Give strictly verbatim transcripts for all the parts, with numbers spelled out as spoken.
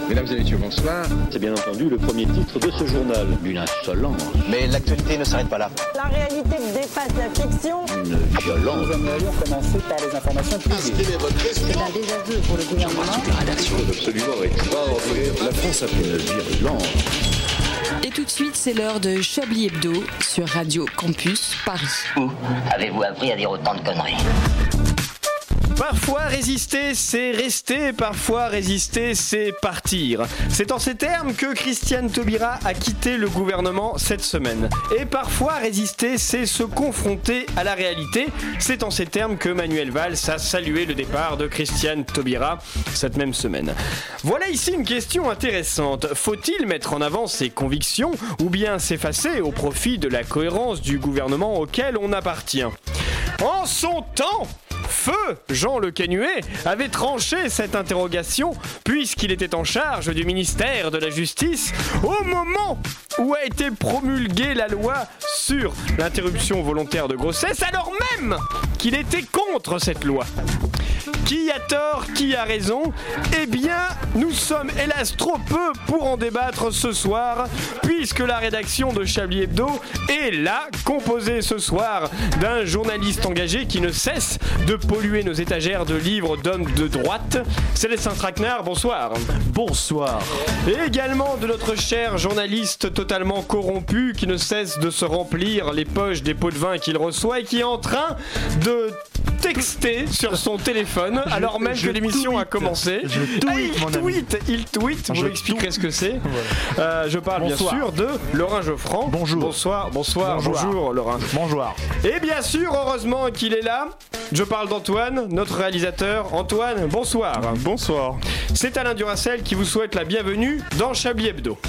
Mesdames et messieurs, bonsoir. C'est bien entendu le premier titre de ce journal. Une insolence. Mais l'actualité ne s'arrête pas là. La réalité dépasse la fiction. Une violence. Nous aimerions commencer par les informations privées. C'est un désaveu pour le gouvernement. La rédaction est absolument extraordinaire. La France a fait une virulence. Et tout de suite, c'est l'heure de Chablis Hebdo sur Radio Campus Paris. Où avez-vous appris à dire autant de conneries ? Parfois résister, c'est rester, parfois résister, c'est partir. C'est en ces termes que Christiane Taubira a quitté le gouvernement cette semaine. Et parfois résister, c'est se confronter à la réalité. C'est en ces termes que Manuel Valls a salué le départ de Christiane Taubira cette même semaine. Voilà ici une question intéressante. Faut-il mettre en avant ses convictions ou bien s'effacer au profit de la cohérence du gouvernement auquel on appartient ? En son temps, Feu Jean Le Canuet avait tranché cette interrogation puisqu'il était en charge du ministère de la Justice au moment où a été promulguée la loi sur l'interruption volontaire de grossesse, alors même qu'il était contre cette loi. Qui a tort, qui a raison ? Eh bien, nous sommes hélas trop peu pour en débattre ce soir, puisque la rédaction de Chablis Hebdo est là, composée ce soir d'un journaliste engagé qui ne cesse de polluer nos étagères de livres d'hommes de droite. Célestin Traquenard, bonsoir. Bonsoir. Et également de notre cher journaliste totalement corrompu qui ne cesse de se remplir les poches des pots de vin qu'il reçoit et qui est en train de texter sur son téléphone je, alors même que l'émission tweet. a commencé. Je tweet, ah, il, mon tweet ami. il tweet, vous m'expliquerez ce que c'est. Voilà. Euh, je parle bonsoir. bien sûr de Laurent Geoffrand. Bonjour. Bonsoir, bonsoir, bonjour, bonjour Laurent. Bonjour. Et bien sûr, heureusement qu'il est là. Je parle d'Antoine, notre réalisateur. Antoine, bonsoir. Bonsoir. C'est Alain Duracell qui vous souhaite la bienvenue dans Chablis Hebdo.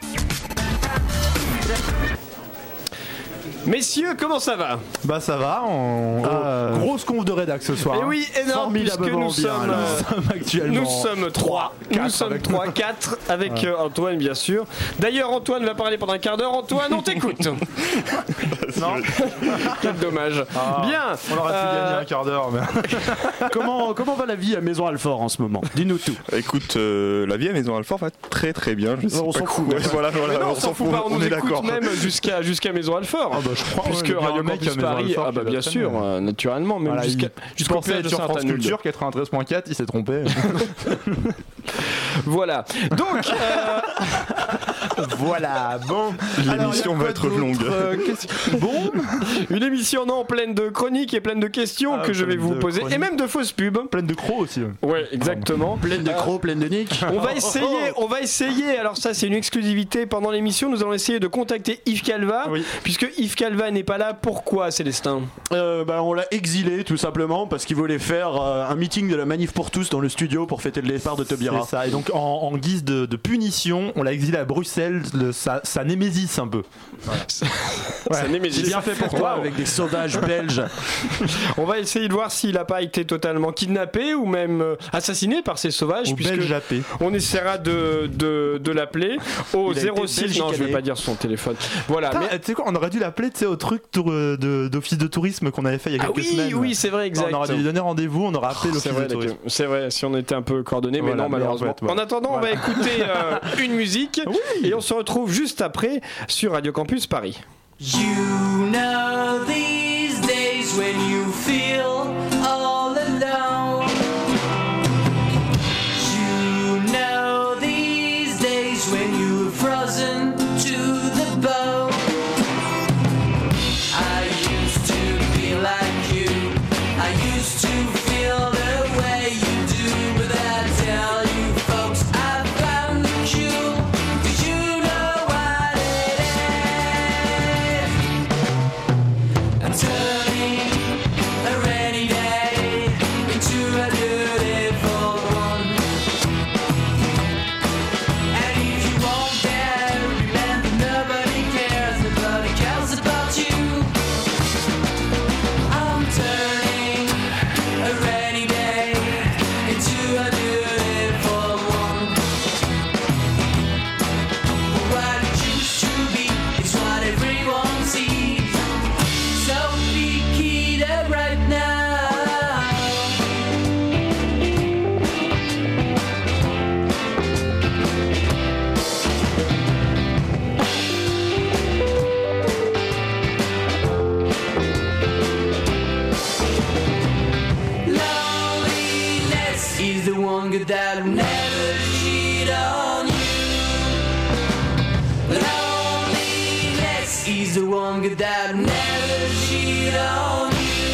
Messieurs, comment ça va ? Bah ça va, on... ah, grosse conf de rédac ce soir. Et oui, énorme, puisque nous sommes, bien, nous sommes actuellement nous sommes trois, nous sommes trois, quatre avec ouais. euh, Antoine bien sûr. D'ailleurs Antoine va parler pendant un quart d'heure. Antoine, on t'écoute. Non. Quel dommage. Ah, bien. On aurait pu euh... gagner un quart d'heure. Mais... comment comment va la vie à Maison Alfort en ce moment ? Dis-nous tout. Écoute, euh, la vie à Maison Alfort va très très bien. Je sais on pas s'en fout. Ouais, voilà, voilà, non, on, on s'en fout pas. On, on nous écoute d'accord. Même jusqu'à jusqu'à Maison Alfort. Ah bah, je crois, puisque ouais, Radio Campus Paris, ah bah bien sûr, euh, naturellement, même voilà, jusqu'à jusqu'au pensait sur France Culture quatre-vingt-treize point quatre, il s'est trompé. Voilà. Donc euh... voilà. Bon, l'émission va être longue. Euh, bon, une émission non pleine de chroniques et pleine de questions ah, que je vais vous poser chroniques. Et même de fausses pubs, pleine de crocs aussi. Ouais, exactement. Pleine de crocs, pleine de niques. On va essayer, on va essayer. Alors ça, c'est une exclusivité pendant l'émission. Nous allons essayer de contacter Yves Calva, oui. puisque Yves Calva n'est pas là. Pourquoi, Célestin ? euh, bah, On l'a exilé tout simplement parce qu'il voulait faire euh, un meeting de la Manif pour tous dans le studio pour fêter le départ de Taubira. C'est ça. Et donc en, en guise de, de punition, on l'a exilé à Bruxelles, le, sa, sa némésis un peu. Ouais. Sa némésis. C'est bien fait pour toi avec des sauvages belges. On va essayer de voir s'il n'a pas été totalement kidnappé ou même euh, assassiné par ces sauvages. Ou belge-jappé. On essaiera de, de, de l'appeler au zéro six. Non, je vais pas dire son téléphone. Voilà. Putain, mais tu sais quoi, on aurait dû l'appeler au truc de, d'office de tourisme qu'on avait fait il y a quelques ah oui, semaines. Oui, c'est vrai, exact. On aurait dû lui donner rendez-vous, on aurait appelé oh, l'office vrai, de tourisme. C'est vrai, si on était un peu coordonnés, voilà, mais non, malheureusement. Voilà. En attendant, voilà. On va écouter euh, une musique oui. et on se retrouve juste après sur Radio Campus Paris. You know these days when you feel all alone. You know these days when you're frozen to the bone. I used to be like you. I used to feel the way you do, but I tell you folks I found the cure. Did you know what it is? I'm turning around. the one good that will never cheat on you. Loneliness, he's the one good that will never cheat on you.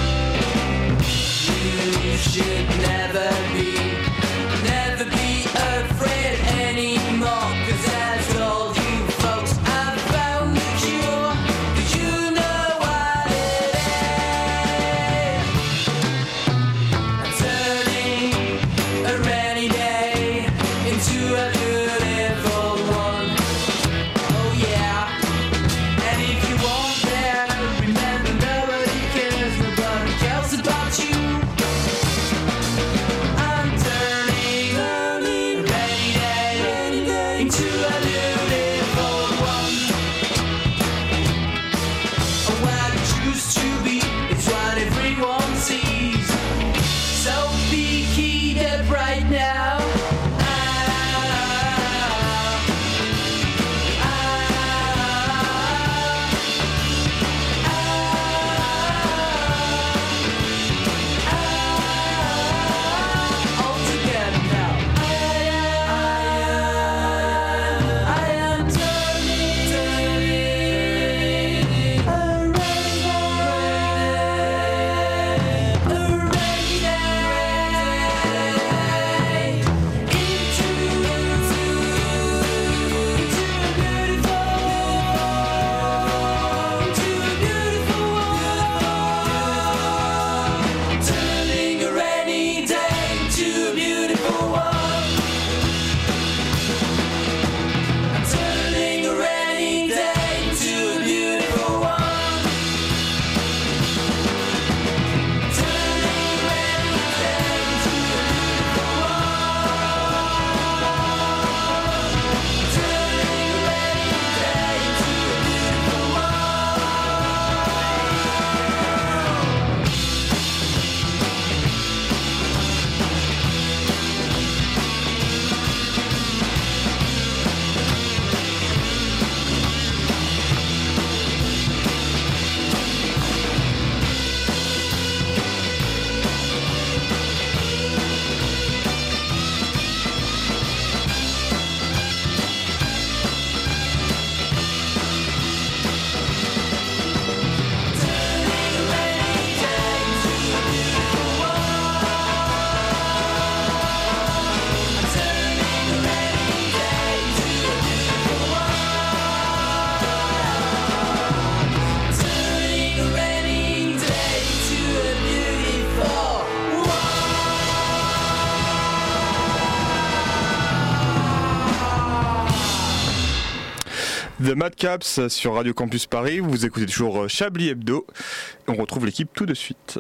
You should never be, never be afraid anymore, 'cause I told you folks I found the cure. Do you know what it is? I'm turning a rainy day into a beautiful one. Oh yeah. And if you want that, remember nobody cares, nobody cares about you. I'm turning a rainy day into a beautiful one. Oh, what it used to be, it's what everyone sees. So be keyed up right now. All together now. I am turning, turning around, turning a rainy day into a beautiful one. I'm turning a rainy day into a beautiful one. Turning a rainy day into a beautiful one. Turning a rainy day into a beautiful Turning a rainy day into a beautiful The Madcaps sur Radio Campus Paris, vous écoutez toujours Chablis Hebdo. On retrouve l'équipe tout de suite.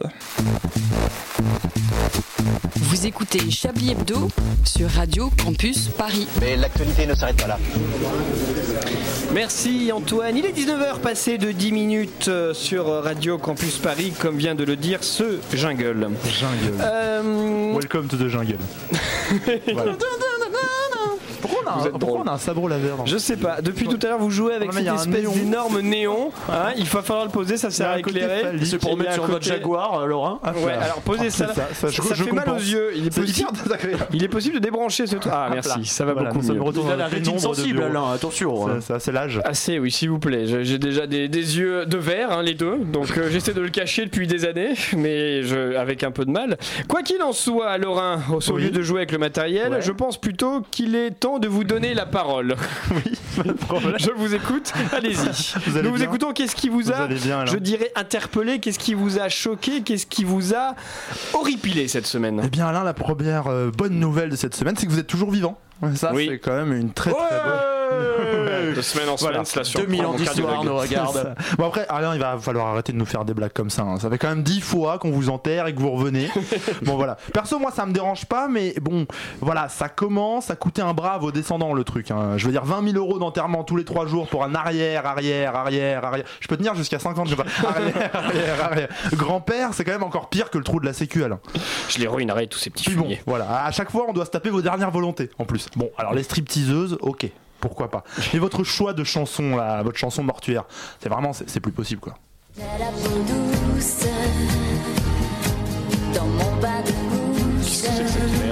Vous écoutez Chablis Hebdo sur Radio Campus Paris. Mais l'actualité ne s'arrête pas là. Merci Antoine. Il est dix-neuf heures passées de dix minutes sur Radio Campus Paris, comme vient de le dire ce jingle. Jungle. Euh... Welcome to the jungle. Voilà. Pourquoi on a, Vous un, êtes pourquoi on a un sabre laser dans Je sais pas, depuis tout à l'heure vous jouez avec Non, mais cette il y a un espèce néon. d'énorme néon, hein, il va falloir le poser, ça sert à éclairer. C'est pour Et il y mettre a sur un votre côté- Jaguar, euh, Laurent. Ah, Ouais, alors posez Ah, ça, ça, ça, ça, je- ça je fait mal aux compense. yeux. Il est, C'est possible, hyper désagréable. il est possible de débrancher ce truc. Ah merci, ça va Voilà, beaucoup nous sommes mieux. retournés Il a la dans le rétine pénombre de sensible, bureau. Alain, attention. hein. C'est- C'est c'est l'âge. Assez, oui, s'il vous plaît. Je- J'ai déjà des, des yeux de verre, hein, les deux. Donc euh, j'essaie de le cacher depuis des années, mais je, avec un peu de mal. Quoi qu'il en soit, Laurent, au au Oui. lieu de jouer avec le matériel, Ouais. je pense plutôt qu'il est temps de vous donner la parole. Oui, pas de problème. Je vous écoute, allez-y. Vous allez Nous vous bien écoutons, qu'est-ce qui vous Vous a, allez bien, Alain je dirais, interpellé, qu'est-ce qui vous a choqué, qu'est-ce qui vous a horripilé cette semaine? Eh bien Alain, la première euh, bonne nouvelle de cette semaine, c'est que vous êtes toujours vivant. Ouais, ça, Oui. c'est quand même une très très bonne. De semaine en semaine, Voilà. cela surprend deux mille ans mon d'histoire cardiologue. nous regarde. Ça. Bon après, Alain, il va falloir arrêter de nous faire des blagues comme ça. hein. Ça fait quand même dix fois qu'on vous enterre et que vous revenez. Bon voilà. Perso, moi, ça me dérange pas, mais bon, voilà, ça commence à coûter un bras à vos descendants le truc. hein. Je veux dire, vingt mille euros d'enterrement tous les trois jours pour un arrière, arrière, arrière, arrière. Je peux tenir jusqu'à cinquante, je sais pas. Arrière, arrière, arrière. Grand-père, c'est quand même encore pire que le trou de la sécu, Alain. Je les ruinerai tous ces petits Puis bon, fumiers. voilà. À chaque fois, on doit se taper vos dernières volontés en plus. Bon, alors les stripteaseuses, ok. Pourquoi pas. Mais votre choix de chanson, là, votre chanson mortuaire, c'est vraiment, c'est, c'est plus possible quoi. La peau douce dans mon bas de couche. C'est cette merde.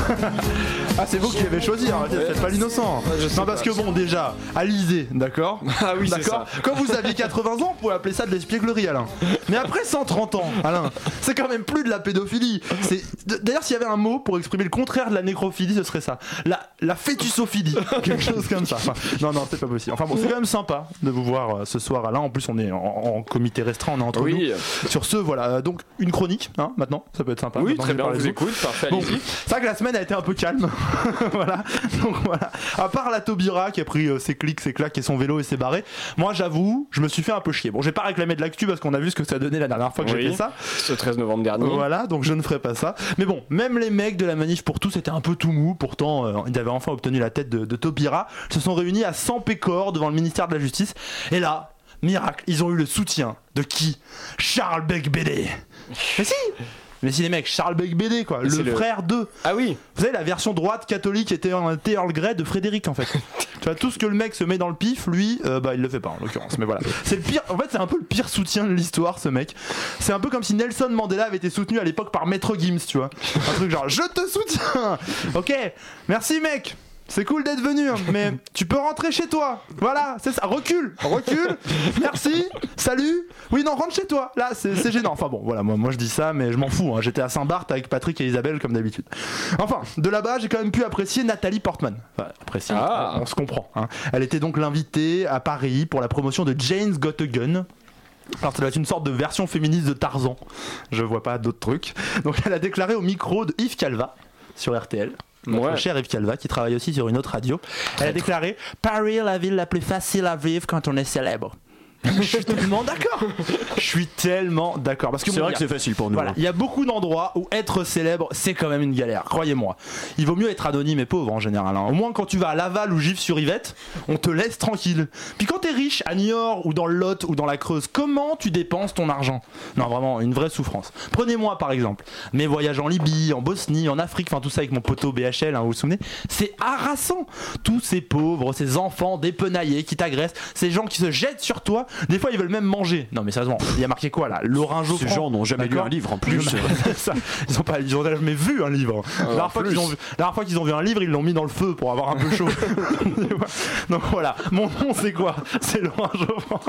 Ah, c'est vous qui l'avez choisi, hein. C'est pas l'innocent. Non, parce que bon, déjà, Alizé, d'accord. Ah oui, c'est d'accord. ça. Quand vous aviez quatre-vingts ans, on pouvait appeler ça de l'espièglerie, Alain. Mais après cent trente ans, Alain, c'est quand même plus de la pédophilie. C'est... D'ailleurs, s'il y avait un mot pour exprimer le contraire de la nécrophilie, ce serait ça. La, la fœtusophilie. Quelque chose comme ça. Enfin, non, non, c'est pas possible. Enfin bon, c'est quand même sympa de vous voir euh, ce soir, Alain. En plus, on est en, en comité restreint, on est entre Oui. nous. Sur ce, voilà. Donc, une chronique, hein, maintenant. Ça peut être sympa. Oui, Maintenant, très j'ai bien, on parlé vous de écoute. Parfait, Bon, allez-y. c'est vrai que la semaine a été un peu calme. Voilà. Donc voilà. À part la Taubira qui a pris euh, ses clics, ses claques et son vélo et s'est barré, moi j'avoue, je me suis fait un peu chier. Bon, j'ai pas réclamé de l'actu parce qu'on a vu ce que ça donnait la dernière fois que Oui. j'ai fait ça. Ce treize novembre dernier. Voilà, donc je ne ferai pas ça. Mais bon, même les mecs de la manif pour tous étaient un peu tout mou. Pourtant, euh, ils avaient enfin obtenu la tête de, de Taubira. Ils se sont réunis à cent pécores devant le ministère de la Justice. Et là, miracle, ils ont eu le soutien de qui? Charles Becbédé. Mais si Mais si les mecs, Charles Becbédé quoi, le, le frère de. Ah oui. Vous savez, la version droite catholique était un Earl Grey de Frédéric en fait. Tu vois, tout ce que le mec se met dans le pif, lui, euh, bah il le fait pas en l'occurrence. Mais voilà. C'est le pire. En fait, c'est un peu le pire soutien de l'histoire, ce mec. C'est un peu comme si Nelson Mandela avait été soutenu à l'époque par Maître Gims, tu vois. Un truc genre, je te soutiens. Ok, merci mec. C'est cool d'être venu, hein, mais tu peux rentrer chez toi. Voilà, c'est ça. Recule, recule. Merci. Salut. Oui, non, rentre chez toi. Là, c'est, c'est gênant. Enfin bon, voilà, moi, moi je dis ça, mais je m'en fous. Hein. J'étais à Saint-Barth avec Patrick et Isabelle comme d'habitude. Enfin, de là-bas, j'ai quand même pu apprécier Nathalie Portman. Enfin, apprécier. Ah. On, on se comprend. Hein. Elle était donc l'invitée à Paris pour la promotion de Jane's Got a Gun. Alors ça doit être une sorte de version féministe de Tarzan. Je vois pas d'autres trucs. Donc elle a déclaré au micro de Yves Calva sur R T L. Notre Ouais. cher Yves Calva qui travaille aussi sur une autre radio. Elle a déclaré « Paris est la ville la plus facile à vivre quand on est célèbre ». Je suis tellement d'accord. Je suis tellement d'accord parce que c'est bon, vrai y a, que c'est facile pour nous. Voilà, hein. il y a beaucoup d'endroits où être célèbre c'est quand même une galère. Croyez-moi. Il vaut mieux être anonyme et pauvre en général. Hein. Au moins quand tu vas à Laval ou Gif-sur-Yvette, on te laisse tranquille. Puis quand t'es riche à Niort ou dans le Lot ou dans la Creuse, comment tu dépenses ton argent? Non vraiment une vraie souffrance. Prenez-moi par exemple mes voyages en Libye, en Bosnie, en Afrique, enfin tout ça avec mon poteau B H L, hein, vous vous souvenez? C'est harassant. Tous ces pauvres, ces enfants dépenaillés qui t'agressent, ces gens qui se jettent sur toi. Des fois ils veulent même manger. Non mais sérieusement, il y a marqué quoi là? Laurent Geoffrand. Ces gens n'ont jamais lu un livre en plus. Ça, ils ont pas, ils ont jamais vu un livre. La dernière fois qu'ils ont vu, la dernière fois qu'ils ont vu un livre, ils l'ont mis dans le feu pour avoir un peu chaud. Donc voilà, mon nom c'est quoi? C'est Laurent Geoffrand.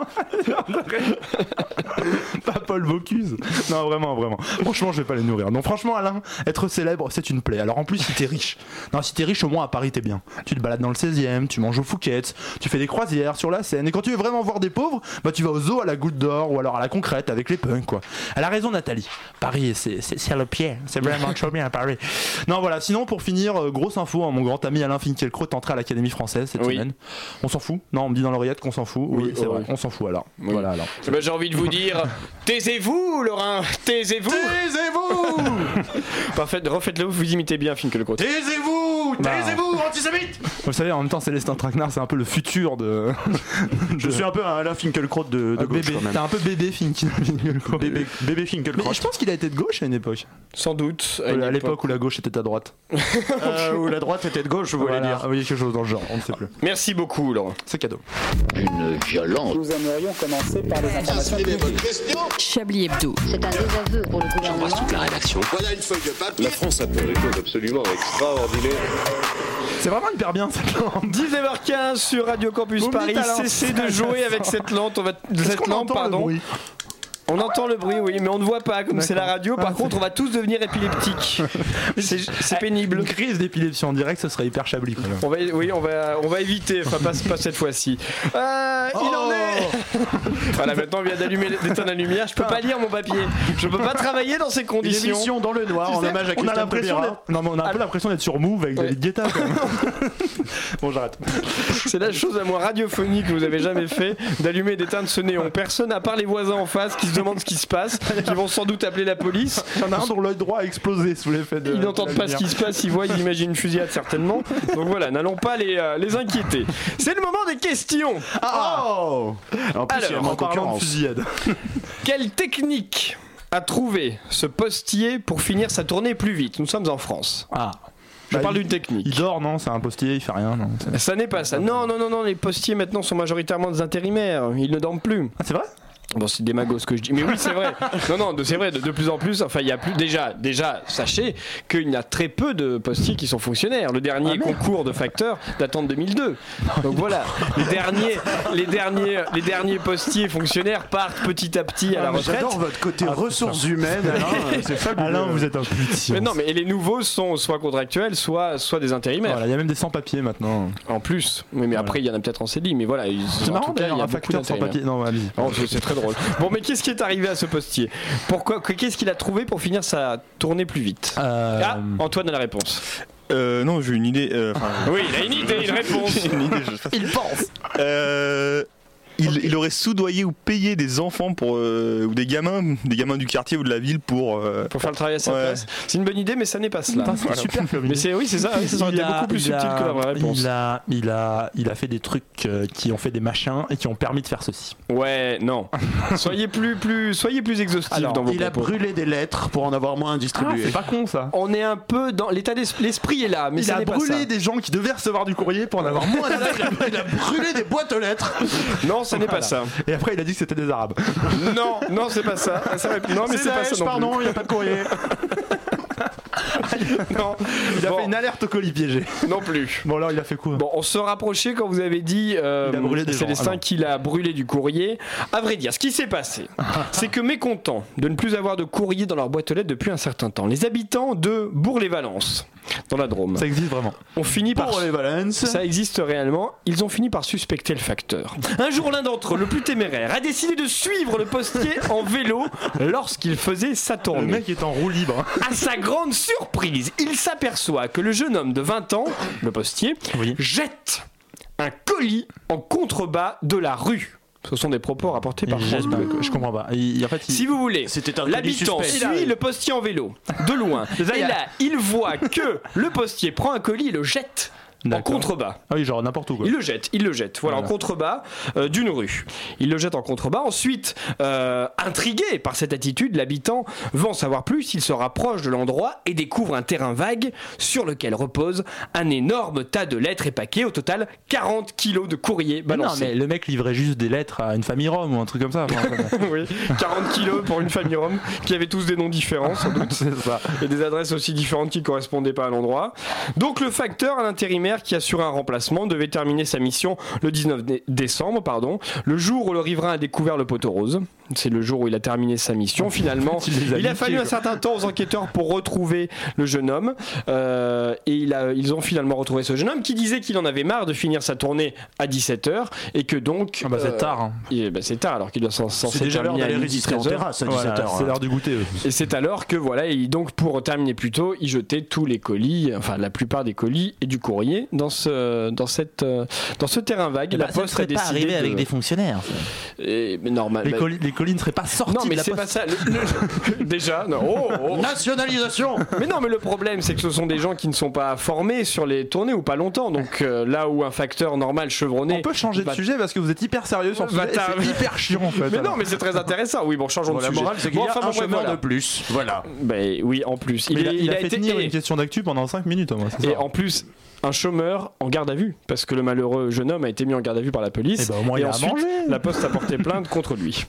Pas Paul Bocuse. Non vraiment, vraiment. Franchement, je vais pas les nourrir. Non franchement, Alain, être célèbre, c'est une plaie. Alors en plus, si t'es riche, non si t'es riche, au moins à Paris t'es bien. Tu te balades dans le seizième, tu manges au Fouquet's, tu fais des croisières sur la Seine. Et quand tu veux vraiment voir des pauvres, bah tu vas au zoo à la Goutte d'Or ou alors à la Concrète avec les punks quoi. Elle a raison Nathalie. Paris c'est, c'est, c'est le pied. C'est vraiment trop bien à Paris. Non voilà, sinon pour finir, euh, grosse info, hein, mon grand ami Alain Finkielkraut est entré à l'Académie française cette Oui. semaine. On s'en fout? Non, on me dit dans l'oreillette qu'on s'en fout. Oui, Oui, c'est oh, vrai, oui. on s'en fout alors. Oui. Voilà alors. Eh ben, j'ai envie de vous dire, taisez-vous, Laurent, taisez-vous. Taisez-vous. Parfait, refaites-le, vous imitez bien Finkielkraut. Taisez-vous, Bah. taisez-vous, antisémite. Vous savez, en même temps, Célestin Traquenard, c'est un peu le futur de. Je suis un peu un Alain Finkielkraut de, de Ah, gauche bébé. quand même. T'es un peu bébé Finkielkraut. Bébé, bébé Mais Finkielkraut. je pense qu'il a été de gauche à une époque. Sans doute. À, à l'époque où la gauche était à droite. Euh, où la droite était de gauche, vous voulez Voilà. dire. Ah oui, quelque chose dans le genre, on ne sait plus. Merci beaucoup, Laurent. C'est cadeau. Une violence. Nous aimerions commencer par les informations privées. Chablis Hebdo. C'est un désaveu pour le gouvernement. la rédaction. Voilà une feuille de papier. La France a fait des choses absolument extraordinaires. C'est vraiment hyper bien cette lampe. dix-neuf heures quinze sur Radio Campus Vous me Paris. dites alors, Cessez de c'est jouer avec intéressant. cette lampe. On va... Est-ce cette qu'on lampe, entend le pardon. bruit On entend le bruit, oui, mais on ne voit pas comme c'est la radio. Par Ah, contre, on va tous devenir épileptiques. C'est, c'est pénible. Une crise d'épilepsie en direct, ce serait hyper Chablis. Quoi. On va, oui, on va, on va éviter. Enfin, pas, pas cette fois-ci. Euh, Il en est. Voilà, maintenant on vient d'allumer, d'éteindre la lumière. Je peux pas lire mon papier. Je peux pas travailler dans ces Une conditions. émission dans le noir Tu en sais, hommage à on a Christian l'impression Taubira. d'être... Non mais on a un peu l'impression d'être sur Move avec Ouais. David Guetta quand même. Bon j'arrête. C'est la chose la moins radiophonique que vous avez jamais fait, d'allumer et d'éteindre ce néon. Personne à part les voisins en face qui se demandent ce qui se passe, qui vont sans doute appeler la police. Il y en a un dont l'œil droit a explosé sous l'effet de. Ils n'entendent pas ce qui se passe, ils voient, ils imaginent une fusillade certainement. Donc voilà, n'allons pas les, euh, les inquiéter. C'est le moment des questions. Oh En plus, il y a Alors, moins En parlant de concurrence. fusillade. Quelle technique a trouvé ce postier pour finir sa tournée plus vite? Nous sommes en France. Ah. Je Bah, parle il- d'une technique. Il dort non? C'est un postier, il fait rien non? C'est- Ça n'est pas ça. Non, non, non, non, les postiers maintenant sont majoritairement des intérimaires. Ils ne dorment plus. Ah c'est vrai? Bon, c'est démago ce que je dis, mais oui, c'est vrai. Non, non, de- c'est vrai. De, de plus en plus, enfin, il y a plus. Déjà, déjà, sachez qu'il y a très peu de postiers qui sont fonctionnaires. Le dernier concours de facteurs datant de deux mille deux. Donc voilà, les derniers, les derniers, les derniers postiers fonctionnaires partent petit à petit à la Ah, mais retraite. J'adore votre côté ressources humaines, Alain. C'est fabuleux. Alain, vous êtes un petit. Mais non, mais et les nouveaux sont soit contractuels, soit, soit des intérimaires. Voilà, il y a même des sans-papiers maintenant. En plus, oui, mais après il y en a peut-être en C D I, mais voilà. ils- C'est en marrant tout cas, d'ailleurs, il y a un beaucoup facteur sans d'intérimaires. papier. Non, allez. Oh, c'est c'est très drôle. Bon, mais qu'est-ce qui est arrivé à ce postier? Pourquoi Qu'est-ce qu'il a trouvé pour finir sa tournée plus vite? Euh, Ah, Antoine a la réponse. Euh, non, j'ai une idée. euh, enfin, Oui, il a une idée, une réponse. j'ai une idée, je sais pas. Il pense. Euh, il, il aurait soudoyé ou payé des enfants pour, euh, ou des gamins, des gamins du quartier ou de la ville pour. euh, Pour faire le travail à sa Ouais. place. C'est une bonne idée, mais ça n'est pas cela. Putain, c'est Voilà. super comme Mais idée. c'est oui, c'est ça. oui, ça aurait Il été a- beaucoup plus il subtil a- que la vraie réponse. Il a, il a, il a fait des trucs euh, qui ont fait des machins et qui ont permis de faire ceci. Ouais, non. soyez plus, plus, soyez plus exhaustifs Alors, dans vos Il a propos. brûlé des lettres pour en avoir moins à Ah, distribuer. c'est pas con ça. On est un peu dans l'état d'esprit. L'esprit est là, mais Il ça a n'est pas brûlé ça. des gens qui devaient recevoir du courrier pour en avoir moins. Il a brûlé des boîtes aux lettres. Non, ça n'est pas ça. Et après, il a dit que c'était des Arabes. Non, non, c'est pas ça. Ça aurait- Non, mais c'est pas ça non plus. pardon, il n'y a pas de courrier. Non, Il a Bon. fait une alerte au colis piégé. non plus. Bon, alors il a fait quoi? Bon, on se rapprochait quand vous avez dit euh, Il a brûlé des gens. Célestin Ah non. qu'il a brûlé du courrier. À vrai dire, ce qui s'est passé, c'est que mécontents de ne plus avoir de courrier dans leur boîte aux lettres depuis un certain temps, les habitants de Bourg-les-Valences, dans la Drôme, Ça existe vraiment. ont fini par... Pour les Valence. Ça existe réellement. Ils ont fini par suspecter le facteur. Un jour, l'un d'entre eux, le plus téméraire, a décidé de suivre le postier en vélo lorsqu'il faisait sa Le tournée. mec est en roue libre. À sa grande surprise, il s'aperçoit que le jeune homme de vingt ans, le postier, Oui. jette un colis en contrebas de la rue. Ce sont des propos rapportés par Il France jette Bleu. pas- Je comprends pas. Il- en fait, il- Si vous voulez, C'était un colis l'habitant suspect. suit le postier en vélo, de loin. Ça, il Et y a- là, il voit que le postier prend un colis et le jette en D'accord. contrebas. Ah oui, genre n'importe où quoi. Il le jette, il le jette, voilà, Voilà. en contrebas euh, d'une rue. Il le jette en contrebas. Ensuite, euh, intrigué par cette attitude, l'habitant veut en savoir plus. Il se rapproche de l'endroit et découvre un terrain vague sur lequel repose un énorme tas de lettres et paquets. Au total, quarante kilos de courrier Mais non, balancés. mais le mec livrait juste des lettres à une famille rome ou un truc comme ça. Enfin, Oui, quarante kilos pour une famille rome qui avait tous des noms différents sans doute. c'est ça. Et des adresses aussi différentes qui correspondaient pas à l'endroit. Donc le facteur, l'intérimaire qui assure un remplacement, devait terminer sa mission le dix-neuf dé- décembre, pardon, le jour où le riverain a découvert le poteau rose. C'est le jour où il a terminé sa mission. Finalement, Il les a il a niqués, fallu un quoi. certain temps aux enquêteurs pour retrouver le jeune homme. Euh, et il a- ils ont finalement retrouvé ce jeune homme qui disait qu'il en avait marre de finir sa tournée à dix-sept heures et que donc... Ah bah c'est euh, tard. Hein. et, bah, c'est tard alors qu'il doit s'en s'en C'est déjà l'heure terminer à d'aller midi, résister en treize heures. terrasse à Voilà, dix-sept heures. c'est l'heure du goûter. eux. Et c'est alors que voilà, et donc pour terminer plus tôt, il jetait tous les colis, enfin la plupart des colis et du courrier dans ce dans cette euh, dans ce terrain vague. La Poste a décidé de... avec des fonctionnaires. Et- mais normal. Les, bah- colis, les colis ne seraient pas sortis Non mais de la c'est poste. pas ça. Le- le- Déjà, non. Oh, oh. Nationalisation. Mais non, mais le problème, c'est que ce sont des gens qui ne sont pas formés sur les tournées ou pas longtemps. Donc euh, là où un facteur normal chevronné. On peut changer de va- sujet parce que vous êtes hyper sérieux sur le Va sujet. et t'a- C'est hyper chiant en fait. Mais alors. non, mais c'est très intéressant. Oui, bon, changeons Bon, de la sujet. morale, c'est qu'il Bon, y a enfin, un bon, bref, chômeur voilà. de plus. Voilà. Ben oui, en plus. Mais Il, il a, est- il a a fait été tenir et- une question d'actu pendant cinq minutes. Moi, c'est Et ça. en plus, un chômeur en garde à vue, parce que le malheureux jeune homme a été mis en garde à vue par la police. Eh ben, au moins, et il a à ensuite, manger. la Poste a porté plainte contre lui.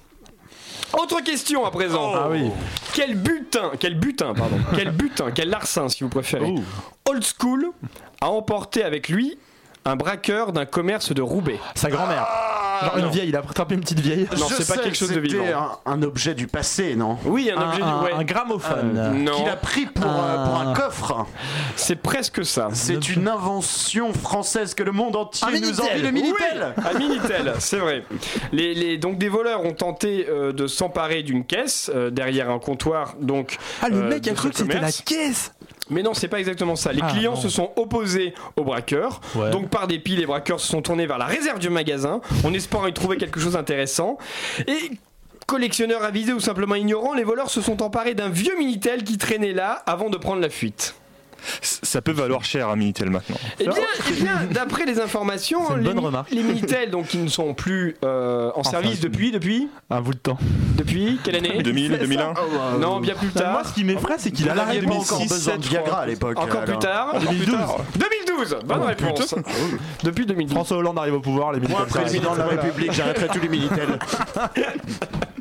Autre question à présent. Ah oui. Quel butin, quel butin, pardon, quel butin, quel larcin si vous préférez. Old School a emporté avec lui un braqueur d'un commerce de Roubaix. Sa grand-mère. Genre une non. vieille, il a attrapé une petite vieille. Non, Je c'est pas sais quelque chose que de vivant. c'était Un, un objet du passé, non? Oui, un, Un, objet un- du ouais. un gramophone. Non, Qu'il a pris pour, euh, pour un coffre. c'est presque ça. C'est une invention française que le monde entier Un nous Minitel. envie, le Minitel. Oui, un Minitel, c'est vrai. Les, les- donc des voleurs ont tenté euh, de s'emparer d'une caisse euh, derrière un comptoir. Donc, Ah, le euh, mec de a ce cru que c'était la commerce. caisse. Mais non, c'est pas exactement ça. Les Ah, clients non. se sont opposés aux braqueurs. Ouais. Donc par dépit, les braqueurs se sont tournés vers la réserve du magasin en espérant y trouver quelque chose d'intéressant. Et collectionneurs avisés ou simplement ignorants, les voleurs se sont emparés d'un vieux Minitel qui traînait là avant de prendre la fuite. Ça peut valoir cher un Minitel maintenant. Eh bien, eh bien d'après les informations, C'est une les, bonne remarque. les Minitel donc, qui ne sont plus euh, en service service. depuis, depuis, Un bout de temps. depuis quelle année deux mille, deux mille un. Non, bien plus Moi, tard. ce qui m'effraie, c'est qu'il a Vous la n'aviez pas réponse. encore besoin de Viagra à l'époque. Encore plus alors. tard. deux mille douze. deux mille douze. Bonne Oh, réponse. Depuis deux mille douze. François Hollande arrive au pouvoir, les Moi, militaires. président de la République, j'arrêterai tous les Minitel.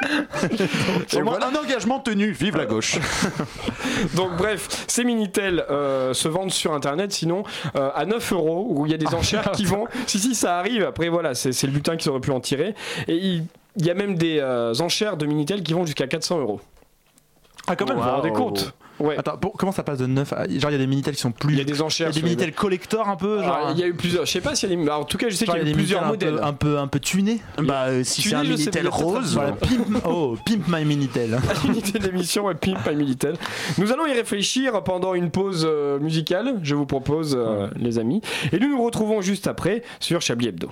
Au moins un engagement tenu, vive la gauche. Donc bref, ces Minitel euh, se vendent sur internet sinon euh, à neuf euros, où il y a des enchères qui vont. Si, si, ça arrive. Après, voilà, c'est, c'est le butin qu'ils auraient pu en tirer. Et il, il y a même des euh, enchères de Minitel qui vont jusqu'à quatre cents euros. Ah, quand même, vous vous rendez compte? Ouais. Attends, pour, comment ça passe de neuf à... Genre il y a des Minitel qui sont plus... Il y a des enchères. Il y a des Minitel les... collector un peu genre... Il y a eu plusieurs, je sais pas s'il y a des... Alors, en tout cas je sais genre qu'il y a eu plusieurs modèles. Un peu, un peu, un peu tunés. Bah euh, si tuné, c'est un Minitel rose... Voilà, pimp... Oh, Pimp My Minitel. Unité de l'émission, ouais, Pimp My Minitel. Nous allons y réfléchir pendant une pause euh, musicale, je vous propose euh, les amis. Et nous nous retrouvons juste après sur Chablis Hebdo.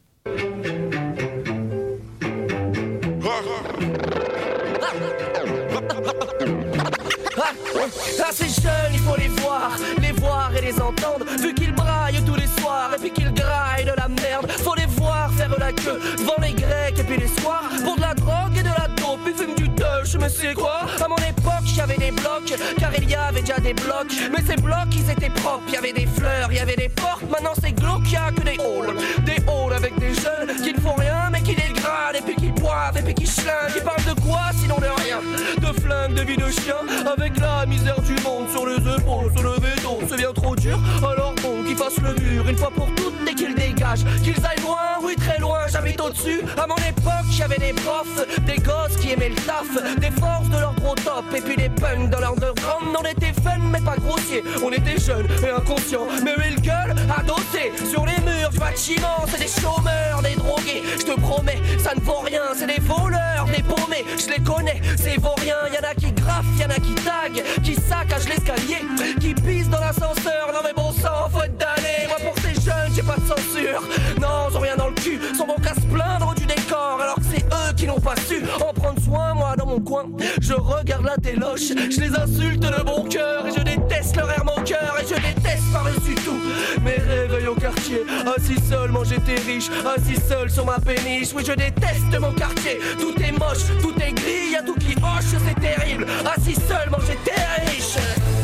Ah, ces jeunes, il faut les voir, les voir et les entendre. Vu qu'ils braillent tous les soirs et puis qu'ils graillent de la merde. Faut les voir faire la queue devant les Grecs et puis les soirs pour de la drogue et de la dope. Ils fument du touch, mais c'est quoi? À mon époque, y'avait des blocs, car il y avait déjà des blocs. Mais ces blocs, ils étaient propres, y'avait des fleurs, y'avait des portes. Maintenant c'est glauque, y'a que des halls. Des halls avec des jeunes qui ne font rien, mais qui dégradent et puis qui boivent et puis qui schlinguent. Ils parlent de quoi sinon de rien? De flingues, de vie de chien, avec la misère du monde sur les épaules, se lever tôt, c'est bien trop dur. Alors bon, qu'ils fassent le mur une fois pour toutes et qu'ils dégagent, qu'ils aillent loin, oui très loin, j'habite au-dessus. À mon époque, j'avais des profs, des gosses qui aimaient le taf, des forces de leur gros top, et puis des punks dans leur underground. On était fun mais pas grossier, on était jeunes et inconscients, mais le gueule adossé sur les murs du bâtiment. C'est des chômeurs, des drogués, je te promets, ça ne vaut rien. C'est des voleurs, des paumés, je les connais, c'est vaurien. Y'en a qui graffent, y'en a qui taguent, qui saccagent l'escalier, qui pissent dans l'ascenseur. Non mais bon sang, faut être damné. Moi pour ces jeunes, j'ai pas de censure. Non, ils ont rien dans le cul, sont bons qu'à se plaindre du décor, alors que c'est eux qui n'ont pas su en prendre soin. Moi dans mon coin, je regarde la téloche, je les insulte de bon cœur, et je déteste leur air moqueur, et je déteste par-dessus tout mes réveils au quartier. Assis seul, moi j'étais riche, assis seul sur ma péniche. Oui, je déteste mon quartier, tout est moche, tout est gris, y'a tout qui hoche, c'est terrible. Assis seul, moi j'étais riche.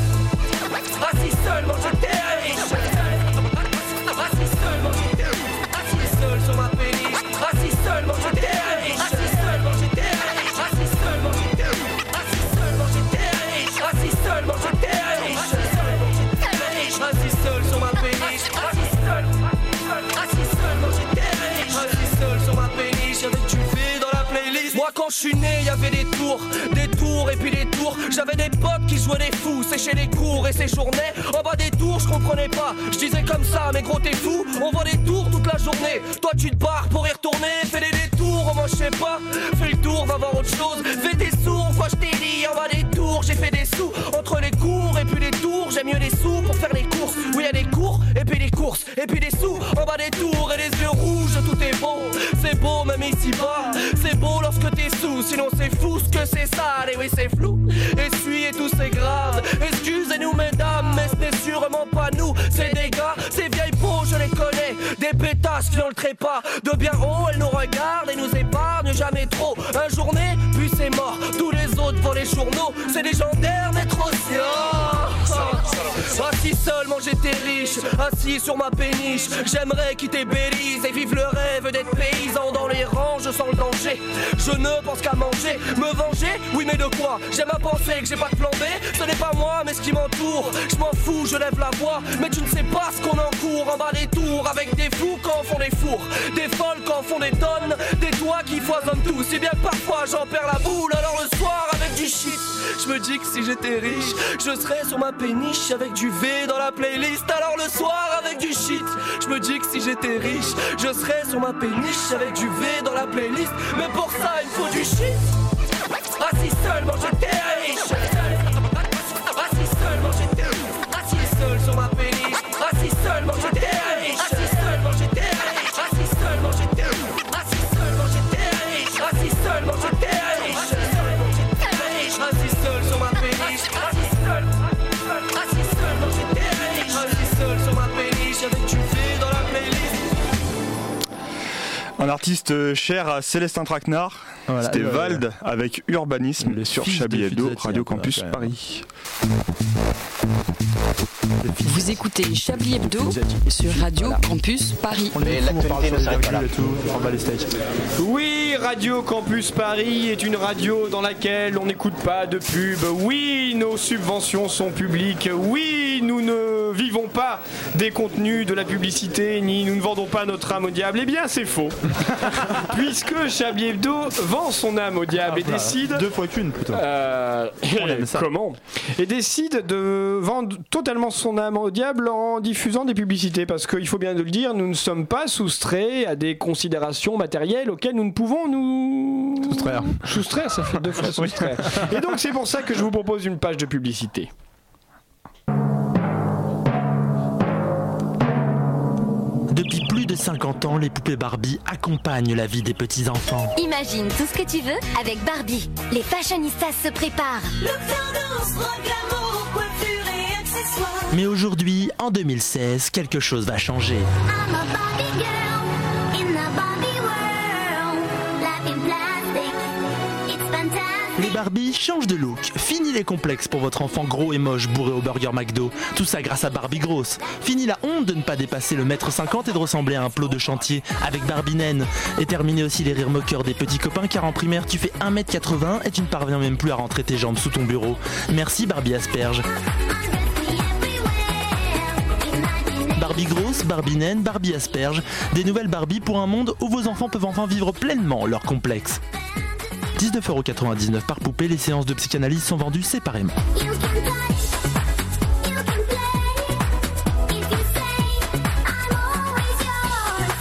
Assis seul, moi j'étais riche. Assis seul, moi j'étais riche. Assis seul sur ma péniche. Assis seul, moi j'étais riche. Assis seul, moi j'étais riche. Assis seul, moi j'étais riche. Assis seul, moi j'étais riche. Assis seul, moi j'étais riche. Assis seul sur ma péniche. Assis seul, assis seul, moi j'étais riche. Assis seul sur ma péniche avec du V dans la playlist. Moi quand je suis né, y'avait des tours, des tours et puis des tours. J'avais des potes qui jouaient les fous, séchaient les cours et séjournaient en bas des tours, je comprenais pas. Je disais comme ça, mais gros t'es fou, on voit des tours toute la journée. Toi tu te barres pour y retourner, fais des détours, moi je sais pas. Fais le tour, va voir autre chose, fais des sous, fois je t'ai dit en bas des tours, j'ai fait des sous. Entre les cours et puis les tours, j'ai mieux des sous pour faire les courses. Oui y'a des cours et puis des courses, et puis des sous en bas des tours et les yeux rouges, tout est beau. C'est beau même ici bas, c'est beau lorsque t'es sous, sinon c'est fou ce que c'est sale, et oui c'est flou. Essuyez tout c'est grave, excusez-nous mesdames, mais ce n'est sûrement pas nous. Ces dégâts, ces vieilles peaux je les connais, des pétasses qui n'ont le trépas. De bien haut elles nous regardent et nous épargnent jamais trop. Un journée, puis c'est mort, tous les autres vont les journaux. C'est légendaire d'être aussi oh. Assis seul, moi j'étais riche, assis sur ma péniche. J'aimerais quitter Belize et vivre le rêve d'être paysan dans les rangs, je sens le danger. Je ne pense qu'à manger, me venger, oui mais de quoi? J'aime à penser que j'ai pas de plan B, ce n'est pas moi mais ce qui m'entoure. Je m'en fous, je lève la voix, mais tu ne sais pas ce qu'on encourt en bas des tours. Avec des fous quand font des fours, des folles quand font des tonnes, des toits qui foisonnent tout. Si bien que parfois j'en perds la boule, alors le soir avec du shit, je me dis que si j'étais riche, je serais sur ma péniche avec du V dans la playlist. Alors le soir avec du shit, je me dis que si j'étais riche, je serais sur ma péniche avec du V dans la playlist. Mais pour ça il faut du shit. Assis seul, moi j'étais riche. Assis seul, moi j'étais riche. Assis seul sur ma péniche. Assis seul, moi j'étais riche. Assis seul, moi j'étais riche. Assis seul, moi j'étais riche. Assis seul, moi j'étais riche. Assis seul, moi j'étais riche. Assis seul sur ma péniche. Assis seul. Assis seul, moi j'étais riche. Assis seul sur ma péniche avec du V dans la playlist. On artiste cher à Célestin Traquenard. Voilà, C'était le- Vald avec Urbanisme le sur fils Chablis de Hebdo, Fuzati, Radio hein, Campus voilà, Paris. Vous écoutez Chablis Hebdo sur Radio Campus Paris. On est fou, on parle sur les virgules et tout, on va les stage. Oui, Radio Campus Paris est une radio dans laquelle on n'écoute pas de pub. Oui, nos subventions sont publiques. Oui, nous ne vivons pas des contenus de la publicité, ni nous ne vendons pas notre âme au diable. Eh bien, c'est faux. Puisque Chablis Hebdo vend son âme au diable et Ah, décide... Deux fois qu'une plutôt. Euh, On aime ça. Comment Et décide de vendre totalement son âme au diable en diffusant des publicités, parce qu'il faut bien le dire, nous ne sommes pas soustraits à des considérations matérielles auxquelles nous ne pouvons nous Soustraire. soustraire, ça fait deux fois soustraire. Et donc c'est pour ça que je vous propose une page de publicité. Depuis plus de cinquante ans, les poupées Barbie accompagnent la vie des petits-enfants. Imagine tout ce que tu veux avec Barbie. Les fashionistas se préparent. Look tendance, robe glamour, coiffure et accessoires. Mais aujourd'hui, en deux mille seize, quelque chose va changer. I'm a Barbie girl in the Barbie world. Life in plastic, it's fantastic. Les Barbie changent de look. Fini les complexes pour votre enfant gros et moche bourré au burger McDo. Tout ça grâce à Barbie grosse. Fini la honte de ne pas dépasser le mètre cinquante et de ressembler à un plot de chantier avec Barbie naine. Et terminer aussi les rires moqueurs des petits copains, car en primaire tu fais un mètre quatre-vingts et tu ne parviens même plus à rentrer tes jambes sous ton bureau. Merci Barbie asperge. Barbie grosse, Barbie naine, Barbie asperge. Des nouvelles Barbie pour un monde où vos enfants peuvent enfin vivre pleinement leur complexe. dix-neuf euros quatre-vingt-dix-neuf par poupée, les séances de psychanalyse sont vendues séparément. You can touch, you can play. If you say I'm always yours.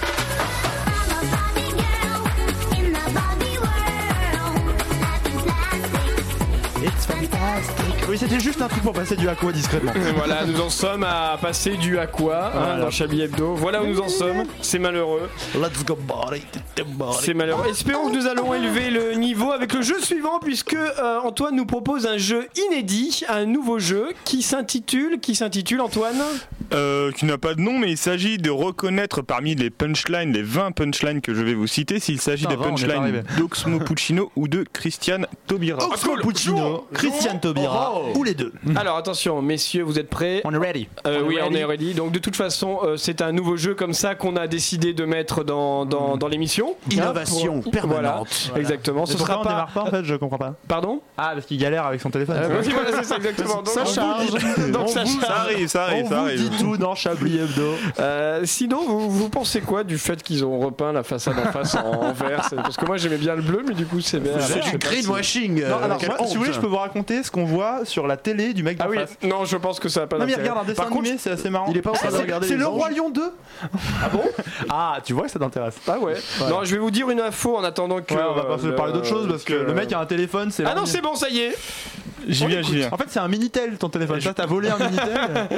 I'm a Barbie girl in the Barbie world. Life in plastic, It's fantastic. Oui, c'était juste un truc pour passer du aqua discrètement. Et voilà, nous en sommes à passer du aqua hein, Voilà. dans Chablis Hebdo. Voilà où nous en sommes. C'est malheureux. Let's go body, body. C'est malheureux. Espérons que nous allons élever le niveau avec le jeu suivant, puisque euh, Antoine nous propose un jeu inédit, un nouveau jeu qui s'intitule, qui s'intitule Antoine Euh, qui n'a pas de nom, mais il s'agit de reconnaître parmi les punchlines, les vingt punchlines que je vais vous citer, s'il s'agit Putain, des vingt, on est pas punchlines arrivé. d'Oxmo Puccino ou de Christian Taubira. Oxmo Puccino, Christian Taubira, ou les deux. Alors attention, messieurs, vous êtes prêts? On est ready. Euh, On est oui, ready. on est ready. Donc de toute façon, euh, c'est un nouveau jeu comme ça qu'on a décidé de mettre dans, dans, dans l'émission. Innovation Hein, pour- permanente. Voilà, exactement. Ce Ce sera sera on pas. démarre pas en fait, je comprends pas. Pardon? Ah, parce qu'il galère avec son téléphone. Euh, vas-y, voilà, c'est ça exactement. Donc, Ça on vous charge. dit- Donc On ça vous- charge. Ça arrive, ça On arrive, ça vous arrive. dit tout dans Chablis Hebdo. Euh, sinon, vous, vous pensez quoi du fait qu'ils ont repeint la façade en face en, en vert? C'est- Parce que moi j'aimais bien le bleu, mais du coup c'est vert. C'est Alors, je du sais pas si- greenwashing. Non, euh, alors quelle moi, si vous voulez, honte. je peux vous raconter ce qu'on voit sur la télé du mec d'en Ah oui, face. non, je pense que ça n'a pas Non, mais d'intérêt. regarde un dessin Par contre, animé, c'est assez marrant. Il est pas en train de C'est- regarder C'est les le anges. Roi Lion deux. Ah bon? Ah, tu vois que ça t'intéresse. Ah ouais. Non, je vais vous dire une info en attendant que. Ouais, on va pas euh, parler d'autre chose parce que le mec a un téléphone, c'est Ah non, l'ordi- c'est bon, ça y est. J'y On viens, écoute. j'y viens. En fait, c'est un Minitel ton téléphone. Ça, t'as volé un Minitel.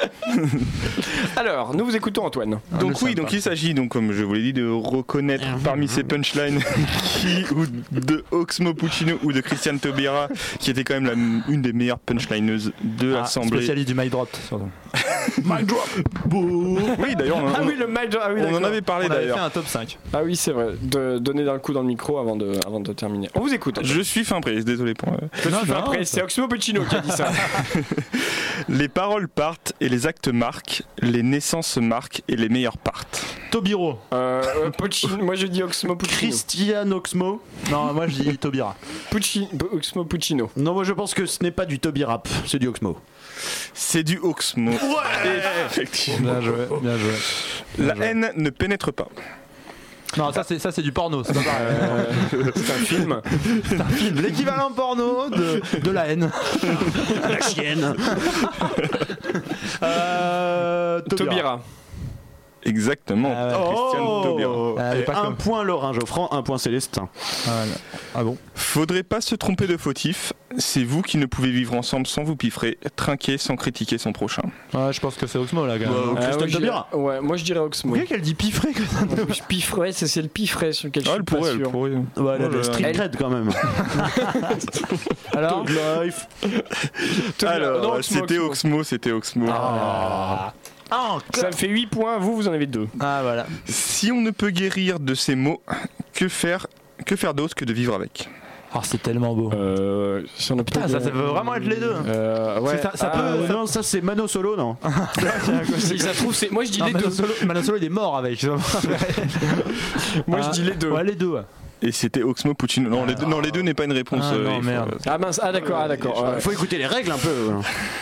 Alors, nous vous écoutons, Antoine. Donc oui, donc il s'agit donc comme je vous l'ai dit de reconnaître parmi ces punchlines qui ou de Oxmo Puccino ou de Christian Taubira qui était quand même la, une des meilleures punchlineuses de Ah, l'assemblée. spécialiste du mic drop. surtout. Mic drop. Bouh. Oui, d'ailleurs on, Ah oui, le mic. Ah oui, on en d'accord. avait parlé On avait fait d'ailleurs. un top cinq. Ah oui, c'est vrai. De donner d'un coup dans le micro avant de, avant de terminer. On vous écoute. Je suis fin prêt, désolé pour. euh, Je suis fin prêt. C'est Oxmo Puccino qui a dit ça. Les paroles partent et les actes marquent, les naissances se marquent et les meilleurs partent. Tobiro. Euh, euh, Puccino, moi je dis Oxmo Puccino. Christian Oxmo. Non, moi je dis Taubira. Pucci- Oxmo Puccino. Non, moi je pense que ce n'est pas du Toby Rap, c'est du Oxmo. C'est du Oxmo. Effectivement. Bien joué, bien joué. La haine ne pénètre pas. Non, ça c'est ça c'est du porno. C'est pas pareil. Euh, c'est un film. C'est un film. L'équivalent porno de, de la haine. La chienne. Euh, Taubira. Exactement. Ah ouais. Christian Taubira. Ah, mais Et pas un comme- point Laurent Geoffrand, un point Célestin. Voilà. Ah bon? Faudrait pas se tromper de fautif. C'est vous qui ne pouvez vivre ensemble sans vous piffrer, trinquer sans critiquer son prochain. Ouais, je pense que c'est Oxmo là, quand même. Bah, Ah, Christian ouais, je Taubira. dirais- Ouais, moi je dirais Oxmo. Vous voyez qu'elle dit piffré que ça ne- Je pifferais, c'est c'est le pifferet sur lequel je Ah, suis elle pas pourrait, elle sûr. pourrait. Ouais, elle a Moi, de la je- street Elle- cred quand même. Alors Dog life. Taubira. Alors, Non, Oxmo, c'était Oxmo. Oxmo, c'était Oxmo. Ah. manque. Ça me fait huit points, vous, vous en avez deux. Ah voilà. Si on ne peut guérir de ces maux, que faire, que faire d'autre que de vivre avec? Oh, c'est tellement beau. Euh, si on a Putain, ça, ça peut vraiment être les deux. Euh, ouais. Ça, ça Ah, peut. ouais. Non, ça c'est Mano Solo, non? Si ça trouve, c'est. Moi je dis Non, les Mano deux. Solo, Mano Solo, il est mort avec. Moi je Ah, dis les deux. Ouais, les deux. Ouais. Et c'était Oxmo Puccino. Non, les deux, non, les deux n'est pas une réponse. Ah, euh, non, il faut- merde. Ah mince, ah d'accord, ah d'accord. Il faut écouter les règles un peu.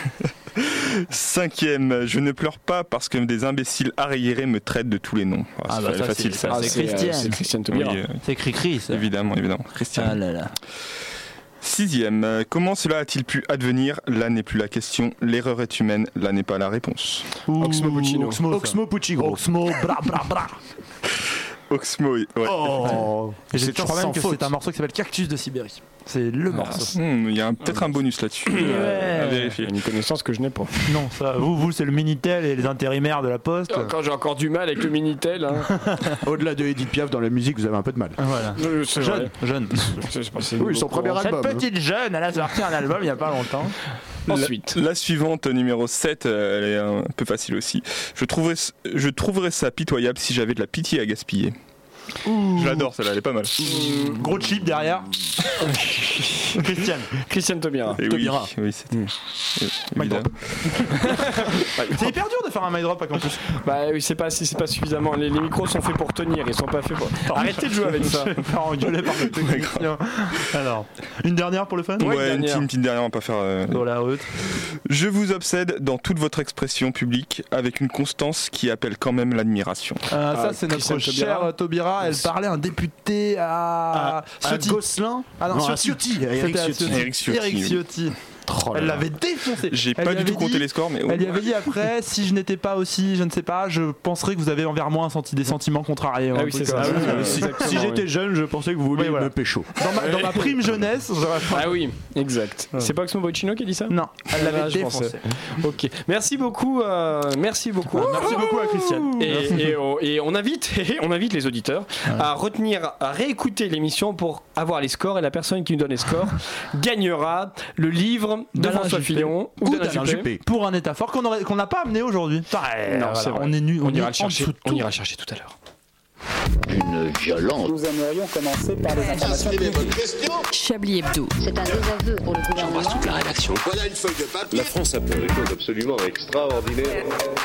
Cinquième, je ne pleure pas parce que des imbéciles arriérés me traitent de tous les noms. Ah, Ah, c'est bah, ça, facile c'est- ça. ah, c'est Christiane. C'est Christiane Oui, Taubira. euh, C'est Cricri, ça. évidemment, évidemment. Christian. Ah là là. Sixième, euh, comment cela a-t-il pu advenir? Là n'est plus la question. L'erreur est humaine. Là n'est pas la réponse. Oxmo Puccino. Oxmo, ça. Oxmo Puccino. Oxmo, bra bra bra. Oxmo, oui, ouais. Oh, Et je c'est crois même sans que faute. c'est un morceau qui s'appelle Cactus de Sibérie. C'est le Ah, morceau. hmm, Il y a un- peut-être un bonus là-dessus. euh, à vérifier. Une connaissance que je n'ai pas. Non, ça, vous, vous c'est le Minitel et les intérimaires de la Poste. Quand j'ai encore du mal avec le Minitel. Hein. Au-delà de Edith Piaf dans la musique, vous avez un peu de mal. Voilà. Euh, c'est Jeune, vrai. jeune. C'est- c'est pas- c'est Oui, son nouveau. premier Cette album. petite jeune, elle a sorti un album il y a pas longtemps. Ensuite. La, la suivante, numéro sept, euh, elle est un peu facile aussi. Je trouverais, je trouverais ça pitoyable si j'avais de la pitié à gaspiller. Je l'adore, celle-là, elle est pas mal. Gros chip derrière. Christiane. Christiane Taubira. Et oui, Taubira. oui, c'était. euh, Mic évidemment. C'est hyper dur de faire un mic drop à campus. Bah oui, c'est pas, c'est c'est pas suffisamment. Les, les micros sont faits pour tenir, ils sont pas faits pour. Arrêtez de jouer avec ça. Je vais me faire engueuler par le technicien. Alors, une dernière pour le fun Ouais, Ouais, une, dernière. petite, une petite dernière, on va pas faire. euh, Dans la route. Je vous obsède dans toute votre expression publique avec une constance qui appelle quand même l'admiration. Euh, ça, Ah, c'est notre Christiane Taubira. chère Taubira. Elle parlait à un député à. À Ciotti. Gosselin. Ah non, Non, à Ciotti. Ciotti, à Eric C'était à Ciotti. Ciotti. Eric Ciotti, Eric oui. Ciotti. Oh là Elle là. l'avait défoncé. J'ai Elle pas lui du tout avait compté dit- les scores, mais. Elle lui avait dit après, si je n'étais pas aussi, je ne sais pas, je penserais que vous avez envers moi un senti des sentiments contrariés. ou Ah un oui, truc c'est comme ça. ça. Ah oui, Si, exactement, si j'étais oui. jeune, je pensais que vous vouliez Oui, voilà. me pécho. Dans ma, dans ma prime jeunesse, j'aurais pas. Ah oui, exact. C'est pas Oxmo Puccino qui a dit ça? Non, elle Ah, l'avait je défoncé. pensais. Ok. Merci beaucoup. euh, merci beaucoup. Merci beaucoup à Christiane. Et, et, on- et on invite, on invite les auditeurs à retenir, à réécouter l'émission pour avoir les scores, et la personne qui nous donne les scores gagnera le livre de D'Alain François Juppé. Fillon Ou d'Alain d'Alain Juppé. Juppé. Pour un état fort qu'on aurait- qu'on n'a pas amené aujourd'hui. Putain, Non, voilà, c'est vrai. on est nu, On, on, est ira en le chercher. dessous de On tout. ira le chercher tout à l'heure. Une violence. Nous aimerions commencer par les informations publiques. Chablis Hebdo. C'est un désaveu pour le gouvernement. la rédaction. La France a fait des choses absolument extraordinaires.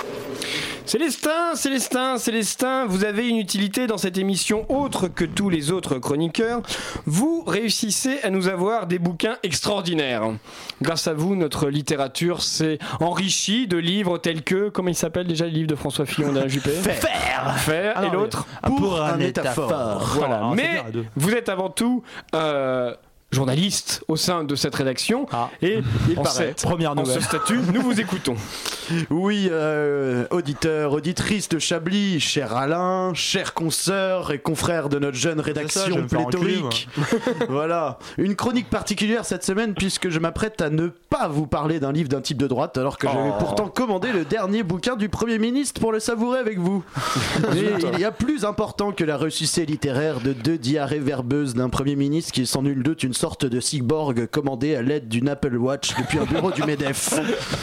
Célestin, Célestin, Célestin, vous avez une utilité dans cette émission autre que tous les autres chroniqueurs. Vous réussissez à nous avoir des bouquins extraordinaires. Grâce à vous, notre littérature s'est enrichie de livres tels que, comment il s'appelle déjà le livre de François Fillon d'Alain Juppé? Faire. Faire. Ah non, Et l'autre? mais- pour, un, état fort. Voilà. Ah, c'est Mais bien, à deux. vous êtes avant tout euh, journaliste au sein de cette rédaction. Ah. Et Il en, paraît. cette- Première en nouvelle. ce statut, nous vous écoutons. Oui, euh, auditeurs, auditrices de Chablis, cher Alain, chers consoeurs et confrères de notre jeune ça, je rédaction vais me faire enculer, pléthorique. Voilà, une chronique particulière cette semaine puisque je m'apprête à ne pas vous parler d'un livre d'un type de droite alors que j'avais Oh. pourtant commandé le dernier bouquin du Premier ministre pour le savourer avec vous. Mais il y a plus important que la ressucée littéraire de deux diarrhées verbeuses d'un Premier ministre qui est sans nul doute une sorte de cyborg commandé à l'aide d'une Apple Watch depuis un bureau du MEDEF.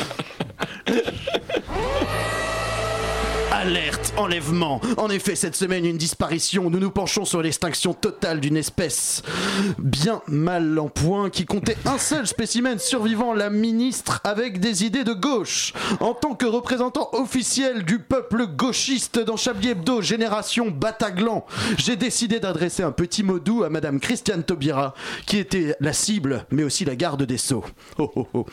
Alerte, enlèvement. En effet, cette semaine, une disparition. Nous nous penchons sur l'extinction totale d'une espèce bien mal en point qui comptait un seul spécimen survivant, la ministre avec des idées de gauche. En tant que représentant officiel du peuple gauchiste dans Chablis Hebdo, génération Bataglan, j'ai décidé d'adresser un petit mot doux à Madame Christiane Taubira, qui était la cible, mais aussi la garde des Sceaux. Oh, oh, oh.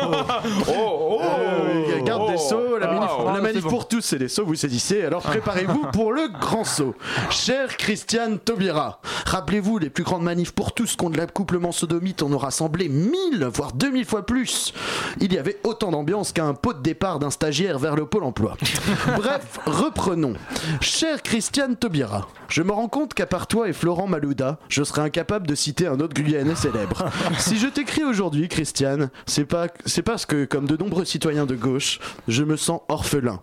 Euh, garde des Sceaux, la manif, Oh, la c'est manif bon. pour tous, c'est des Sceaux, vous saisissez, alors préparez-vous pour le grand saut. Chère Christiane Taubira, rappelez-vous, les plus grandes manifs pour tous contre l'accouplement sodomite en ont rassemblé mille, voire deux mille fois plus. Il y avait autant d'ambiance qu'un pot de départ d'un stagiaire vers le pôle emploi. Bref, reprenons. Chère Christiane Taubira, je me rends compte qu'à part toi et Florent Malouda, je serais incapable de citer un autre Guyanais célèbre. Si je t'écris aujourd'hui, Christiane, c'est pas, c'est parce que, comme de nombreux citoyens de gauche, je me sens orphelin.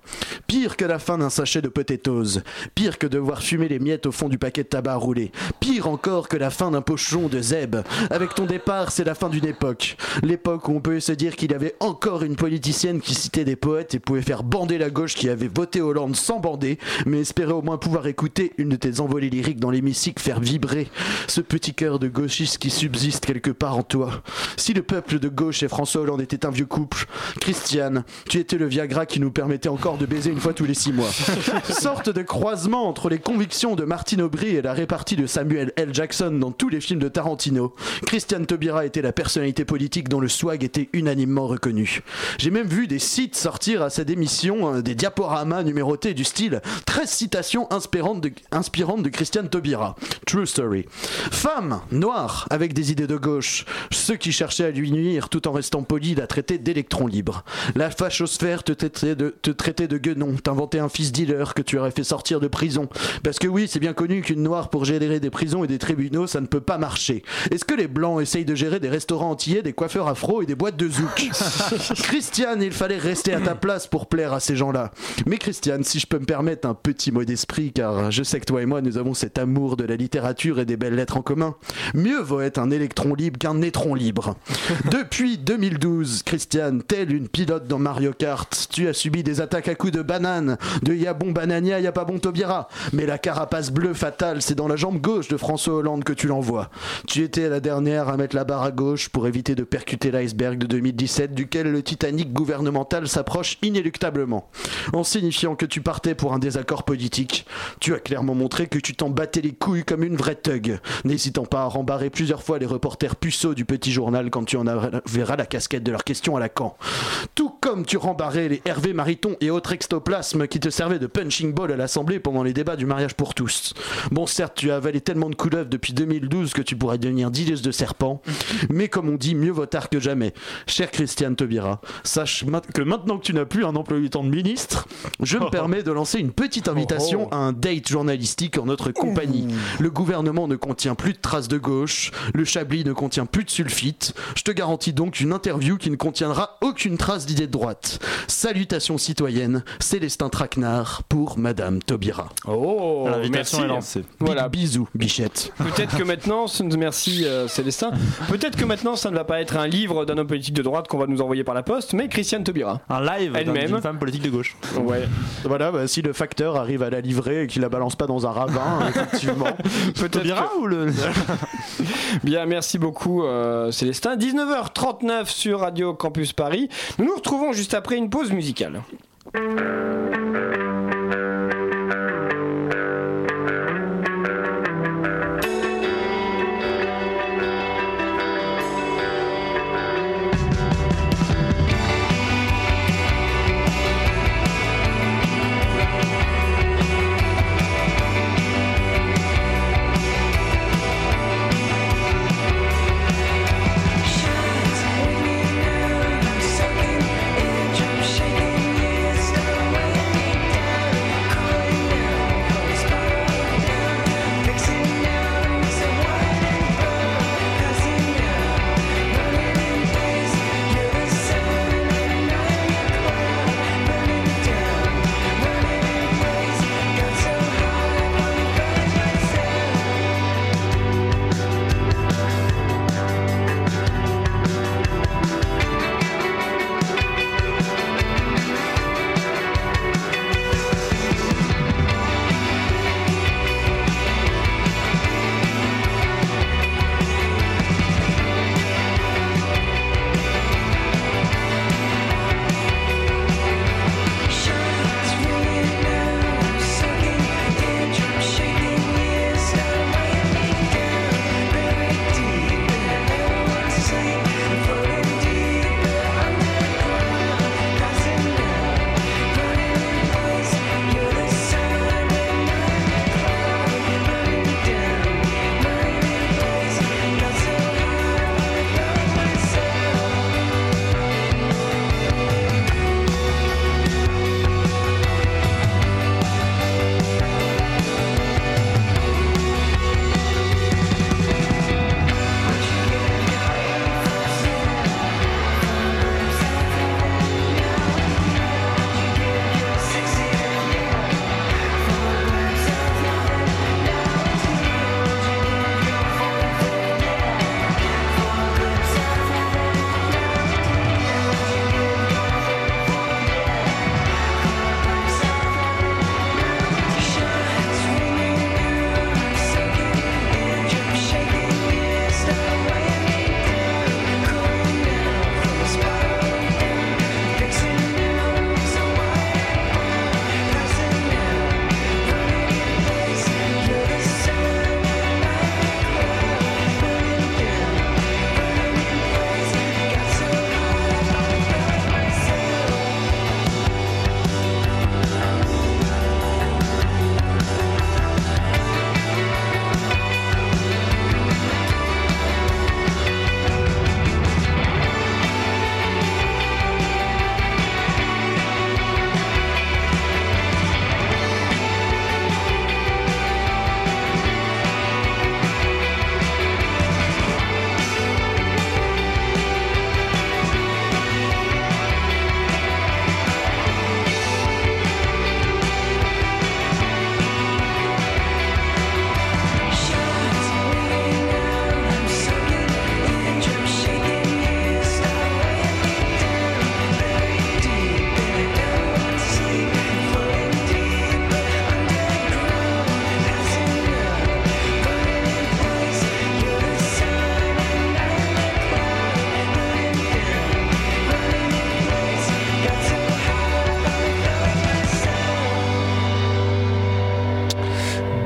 Pire que la fin d'un sachet de potatoes. Pire que devoir fumer les miettes au fond du paquet de tabac roulé. Pire encore que la fin d'un pochon de Zeb. Avec ton départ, c'est la fin d'une époque. L'époque où on peut se dire qu'il y avait encore une politicienne qui citait des poètes et pouvait faire bander la gauche qui avait voté Hollande sans bander, mais espérait au moins pouvoir écouter une de tes envolées lyriques dans l'hémicycle faire vibrer ce petit cœur de gauchiste qui subsiste quelque part en toi. Si le peuple de gauche et François Hollande était un vieux couple, Christiane, tu étais le Viagra qui nous permettait encore de baiser une fois tous les six mois. Sorte de croisement entre les convictions de Martine Aubry et la répartie de Samuel L. Jackson dans tous les films de Tarantino. Christiane Taubira était la personnalité politique dont le swag était unanimement reconnu. J'ai même vu des sites sortir à sa démission euh, des diaporamas numérotés du style treize citations inspirantes de, inspirantes de Christiane Taubira. True story. Femme, noire, avec des idées de gauche. Ceux qui cherchaient à lui nuire tout en restant polis la traitaient d'électron libre. La fachosphère te traitait de, te traitait de guenon. T'inventais un fils dealer que tu aurais fait sortir de prison. Parce que oui, c'est bien connu qu'une noire pour gérer des prisons et des tribunaux, ça ne peut pas marcher. Est-ce que les blancs essayent de gérer des restaurants antillais, des coiffeurs afro et des boîtes de zouk? Christiane, il fallait rester à ta place pour plaire à ces gens-là. Mais Christiane, si je peux me permettre un petit mot d'esprit, car je sais que toi et moi, nous avons cet amour de la littérature et des belles lettres en commun. Mieux vaut être un électron libre qu'un nétron libre. Depuis deux mille douze, Christiane, telle une pilote dans Mario Kart, tu as subi des attaques à coups de banane, de y'a bon banania, y'a pas bon Taubira. Mais la carapace bleue fatale, c'est dans la jambe gauche de François Hollande que tu l'envoies. Tu étais la dernière à mettre la barre à gauche pour éviter de percuter l'iceberg de deux mille dix-sept, duquel le Titanic gouvernemental s'approche inéluctablement. En signifiant que tu partais pour un désaccord politique, tu as clairement montré que tu t'en battais les couilles comme une vraie thug, n'hésitant pas à rembarrer plusieurs fois les reporters puceaux du petit journal quand tu en verras la casquette de leurs questions à la Caen. Tout comme tu rembarrais les Hervé Mariton et autres extoplasmes qui te servaient de punching ball à l'Assemblée pendant les débats du mariage pour tous. Bon, certes, tu as avalé tellement de couleuvres depuis deux mille douze que tu pourrais devenir dileuse de serpent, mais comme on dit, mieux vaut tard que jamais. Chère Christiane Taubira, sache ma- que maintenant que tu n'as plus un emploi du temps de ministre, je me permets de lancer une petite invitation à un date journalistique en notre compagnie. Le gouvernement ne contient plus de traces de gauche, le Chablis ne contient plus de sulfite. Je te garantis donc une interview qui ne contiendra aucune trace d'idée de droite. Salutations citoyennes, Célestin Traquenard pour Madame Taubira. Oh, l'invitation merci. est lancée. Voilà. Bisous, bichette. Peut-être que maintenant, ce- merci euh, Célestin, peut-être que maintenant ça ne va pas être un livre d'un homme politique de droite qu'on va nous envoyer par la poste, mais Christiane Taubira. Un live d'un- Elle-même. d'une femme politique de gauche. Ouais. Voilà, bah, si le facteur arrive à la livrer et qu'il la balance pas dans un ravin, effectivement. Peut-être Taubira que- ou le. Bien, merci beaucoup euh, Célestin. dix-neuf heures trente-neuf sur Radio Campus Paris. Nous nous retrouvons juste après une pause musicale. Shaking, I'm soaking, eardrum shaking, years away.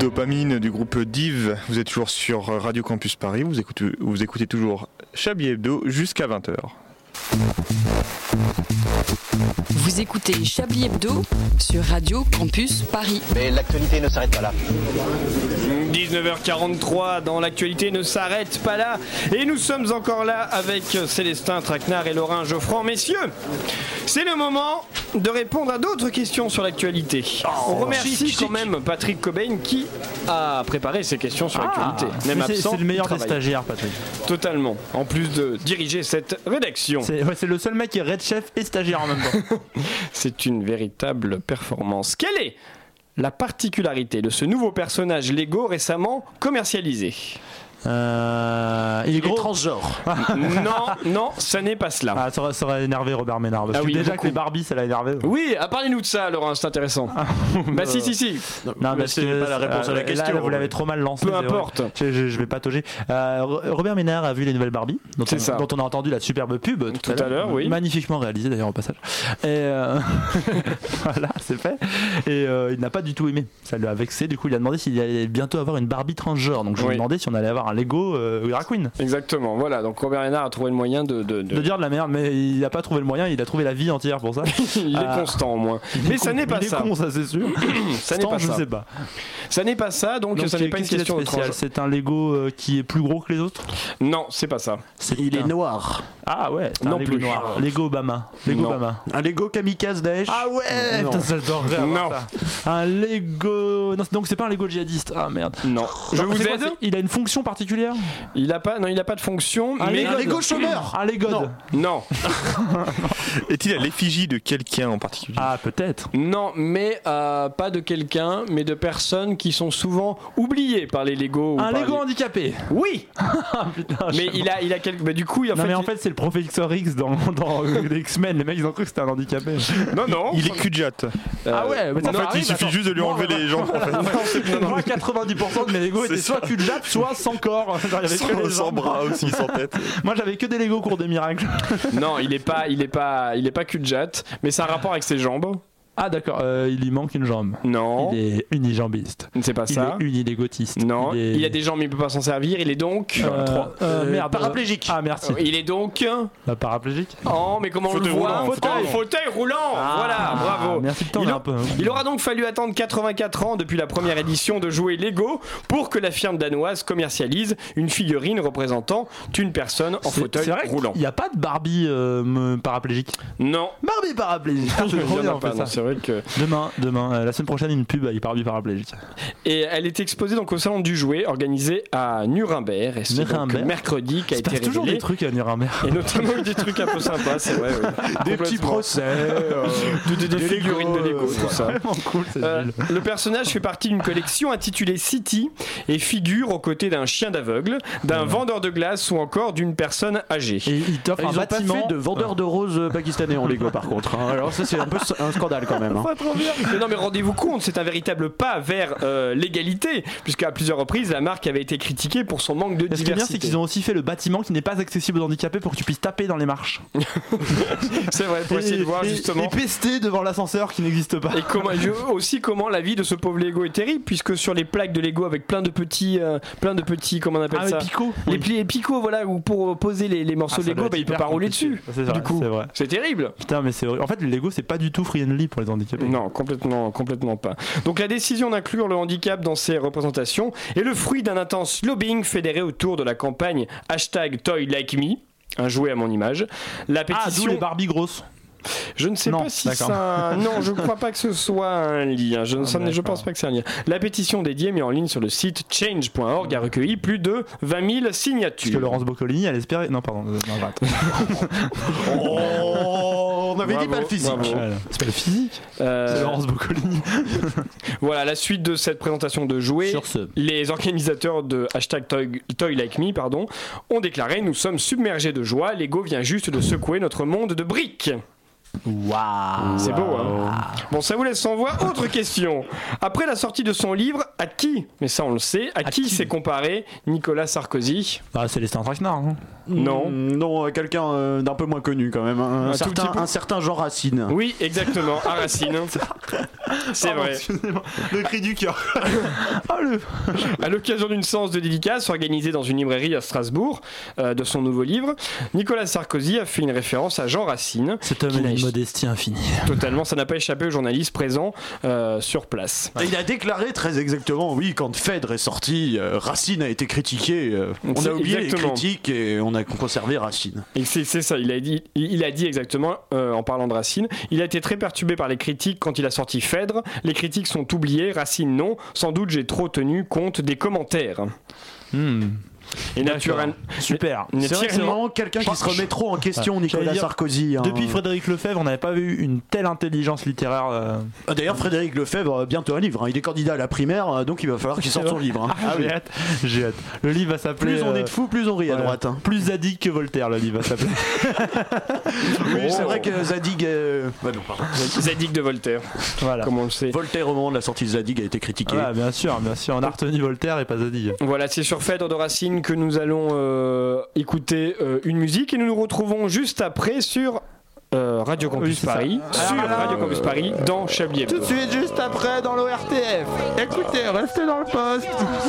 Dopamine du groupe Div. Vous êtes toujours sur Radio Campus Paris. Vous écoutez, vous écoutez toujours Chablis Hebdo jusqu'à vingt heures. Vous écoutez Chablis Hebdo sur Radio Campus Paris. Mais l'actualité ne s'arrête pas là. dix-neuf heures quarante-trois dans l'actualité ne s'arrête pas là. Et nous sommes encore là avec Célestin Traquenard et Laurent Geoffrand. Messieurs, c'est le moment de répondre à d'autres questions sur l'actualité. On remercie chic, quand chic. même Patrick Cobain qui a préparé ces questions sur l'actualité. Même mais c'est, absent, c'est le meilleur il des travaille. stagiaires, Patrick. Totalement. En plus de diriger cette rédaction. C'est, ouais, c'est le seul mec qui est Red Chef et stagiaire en même temps. C'est une véritable performance. Quelle est la particularité de ce nouveau personnage Lego récemment commercialisé? Euh, il est Il est gros. transgenre. Non, non, ça n'est pas cela. Ah, ça, aurait, ça aurait énervé Robert Ménard. Parce Ah que oui, déjà beaucoup. que les Barbies, ça l'a énervé. Oui, ah, parlez-nous de ça, Laurent, c'est intéressant. bah si, si, si. Non, mais parce c'est que pas la réponse à la là, question. Là, vous l'avez trop mal lancé. Peu c'est vrai. importe. Je, je, je vais pas tauger. Euh, Robert Ménard a vu les nouvelles Barbie, dont, C'est on, ça. dont on a entendu la superbe pub tout, Tout à l'heure, oui. Magnifiquement réalisée d'ailleurs au passage. Et euh, voilà, c'est fait. Et euh, il n'a pas du tout aimé. Ça lui a vexé. Du coup, il a demandé s'il allait bientôt avoir une Barbie transgenre. Donc je lui ai Oui. demandé si on allait avoir un Lego euh, drag queen. Exactement, voilà. Donc Robert Ménard a trouvé le moyen de. de, de- De dire de la merde, mais il n'a pas trouvé le moyen. Il a trouvé la vie entière pour ça. il est Ah. constant au moins. Il est Mais ça con- n'est pas il est ça. con, ça c'est sûr. Ça n'est Stan, pas je ça. sais pas. Ça n'est pas ça, donc, ça n'est pas une qu'est-ce qu'il y a de question de spécial. tranche. C'est un Lego euh, qui est plus gros que les autres. Non, c'est pas ça. C'est Il est un- noir. Ah ouais, c'est Non un Lego plus. noir. Lego Obama. Lego Non. Obama. Un Lego kamikaze Daesh. Ah ouais, Non. putain, j'adorerais avoir Non. ça. Un Lego. Non, donc c'est pas un Lego djihadiste. Ah merde. Non. Je Non, vous c'est quoi, aide. c'est- Il a une fonction particulière. Il a pas, non, il a pas de fonction. Un mais Lego. Un Lego chômeur. Un Lego. Non. Non, Est-il à l'effigie de quelqu'un en particulier? Ah peut-être. non, mais euh, pas de quelqu'un, mais de personnes qui sont souvent oubliées par les Lego. ou Un par Lego les- handicapé. Oui, Ah putain. mais je- il a, il a quelques. Bah, du coup, en Non fait, mais en il- fait c'est le professeur X dans, dans euh, les X-Men. Les mecs ils ont cru que c'était un handicapé. non, non. Il est cul-jat. Euh, Ah ouais, mais ça En ça fait, arrive, il suffit attends. juste de lui Moi, enlever moi, les jambes. En fait. Moi quatre-vingt-dix pour cent de mes Lego étaient C'est soit ça. cul de jappe, soit sans corps. Genre, il y avait que Sans, les sans jambes. bras aussi, sans tête. Moi j'avais que des Lego cours des miracles. Non, il est pas, il est pas, il est pas cul-de-jatte, mais c'est un rapport avec ses jambes. Ah d'accord, euh, il lui manque une jambe. Non, Il est unijambiste. c'est pas Il ça. est unilégotiste. Non, il, est... il a des jambes mais il peut pas s'en servir. Il est donc. Euh, Trois. euh, merde. paraplégique. Ah merci. Il est donc. La paraplégique. Oh, mais comment on le Fauteuil voit roulant, fauteuil. fauteuil. fauteuil roulant. Voilà, Ah, bravo. Merci de temps Il, un a- peu. il aura donc fallu attendre quatre-vingt-quatre ans depuis la première édition de jouets Lego pour que la firme danoise commercialise une figurine représentant une personne en C'est- fauteuil c'est vrai roulant. Il n'y a pas de Barbie euh, me- paraplégique. Non. Barbie paraplégique. Ah, Il c'est trop y en bien, a on pas, fait non, ça. c'est vrai que. Demain, demain, euh, la semaine prochaine, une pub avec Barbie paraplégique. Et elle est exposée donc au salon du jouet organisé à Nuremberg. Et c'est donc Nuremberg. mercredi qui a Il se été passe toujours révélé. des trucs à Nuremberg. Et notamment eu des trucs un peu sympas, c'est vrai. oui. Des petits Complètement. procès. euh, Des, des des figurines de Lego, Lego, tout ça. Vraiment cool cette Euh, ville. le personnage fait partie d'une collection intitulée City et figure aux côtés d'un chien d'aveugle, d'un vendeur de glace ou encore d'une personne âgée. Et il t'offre Ils un ont pas bâtiment. fait de vendeur de roses euh, pakistanais en Lego par contre. hein. Alors ça c'est un peu un scandale quand même. hein. Mais non, mais rendez-vous compte, c'est un véritable pas vers euh, l'égalité, puisqu'à plusieurs reprises, la marque avait été critiquée pour son manque de Ce qui est bien, c'est diversité. qu'ils ont aussi fait le bâtiment qui n'est pas accessible aux handicapés pour que tu puisses taper dans les marches. C'est vrai, pour essayer de voir et, justement. et pester devant l'ascenseur qui n'existe pas. Et comment, je- aussi comment la vie de ce pauvre Lego est terrible, puisque sur les plaques de Lego avec plein de petits, euh, plein de petits, comment on appelle Ah, ça, mais Pico. les, pli- les picots, voilà, où pour poser les, les morceaux Ah, ça Lego, doit bah, être il peut hyper pas rouler compliqué. dessus. C'est vrai, du coup, c'est vrai. c'est terrible. Putain, mais c'est horrible. En fait, le Lego, c'est pas du tout friendly pour les handicapés. Non, complètement, complètement pas. Donc la décision d'inclure le handicap dans ses représentations est le fruit d'un intense lobbying fédéré autour de la campagne hashtag Toy Like Me, un jouet à mon image. La Ah, d'où pétition. les Barbie grosses. Je ne sais Non, pas si d'accord. ça. Non, je crois pas que ce soit un lien. Je ne Ah, je pense pas que c'est un lien. La pétition dédiée mise en ligne sur le site change point org a recueilli plus de vingt mille Parce signatures. que Laurence Boccolini, elle espérait. Non, pardon. euh, Non, arrête. Oh, on avait dit Bravo, pas le physique. bravo. Voilà. C'est pas le physique. Euh, C'est Laurence Boccolini. Voilà la suite de cette présentation de jouets. Sur ce. Les organisateurs de hashtag Toy, Toy Like Me pardon, ont déclaré: nous sommes submergés de joie. Lego vient juste de secouer notre monde de briques. Waouh. C'est beau, hein. Bon, ça vous laisse sans voix. Autre question. Après la sortie de son livre, à qui, mais ça on le sait, à, à qui, qui s'est comparé Nicolas Sarkozy? Bah, Célestin Traquenard, non? Non. Mmh, non, quelqu'un euh, d'un peu moins connu quand même. Un, un, certain, un certain Jean Racine. Oui, exactement, à Racine. C'est Pardon, vrai. Excusez-moi. Le cri du cœur. Ah, le... À l'occasion d'une séance de dédicace organisée dans une librairie à Strasbourg euh, de son nouveau livre, Nicolas Sarkozy a fait une référence à Jean Racine. Cet homme a une modestie infinie. Totalement, ça n'a pas échappé aux journalistes présents euh, sur place. Et il a déclaré très exactement, oui, quand Phèdre est sorti, euh, Racine a été critiqué. Euh, on C'est a oublié exactement. les critiques et on a conservé Racine. Et c'est, c'est ça, il a dit, il a dit exactement euh, en parlant de Racine. Il a été très perturbé par les critiques quand il a sorti Phèdre. Les critiques sont oubliées, Racine non. Sans doute j'ai trop tenu compte des commentaires. Hmm. Et naturellement, super. Mais, c'est vrai que c'est vraiment quelqu'un qui se remet trop en question, ouais. Nicolas dire, Sarkozy. Hein. Depuis Frédéric Lefebvre, on n'avait pas vu une telle intelligence littéraire. Euh... Ah, d'ailleurs, Frédéric Lefebvre, bientôt un livre. Hein. Il est candidat à la primaire, donc il va falloir qu'il sorte son livre. Hein. Ah, j'ai hâte. J'ai hâte. Le livre va s'appeler. Plus on est de fous, plus on rit à voilà. droite. Hein. Plus Zadig que Voltaire, le livre va s'appeler. Oui, oh. C'est vrai que Zadig. Euh... Ouais, non, pardon. Zadig de Voltaire. Voilà. Comme on le sait. Voltaire, au moment de la sortie de Zadig, a été critiqué. Ah, bien sûr, bien sûr. On a retenu Voltaire et pas Zadig. Voilà, c'est sur Phèdre de Racine que nous allons. Euh, Euh, écouter euh, une musique et nous nous retrouvons juste après sur euh, Radio Campus oui, Paris, ça. sur ah, Radio Campus Paris, dans Chablis Hebdo. Tout de suite, juste après, dans l'O R T F. Écoutez, restez dans le poste.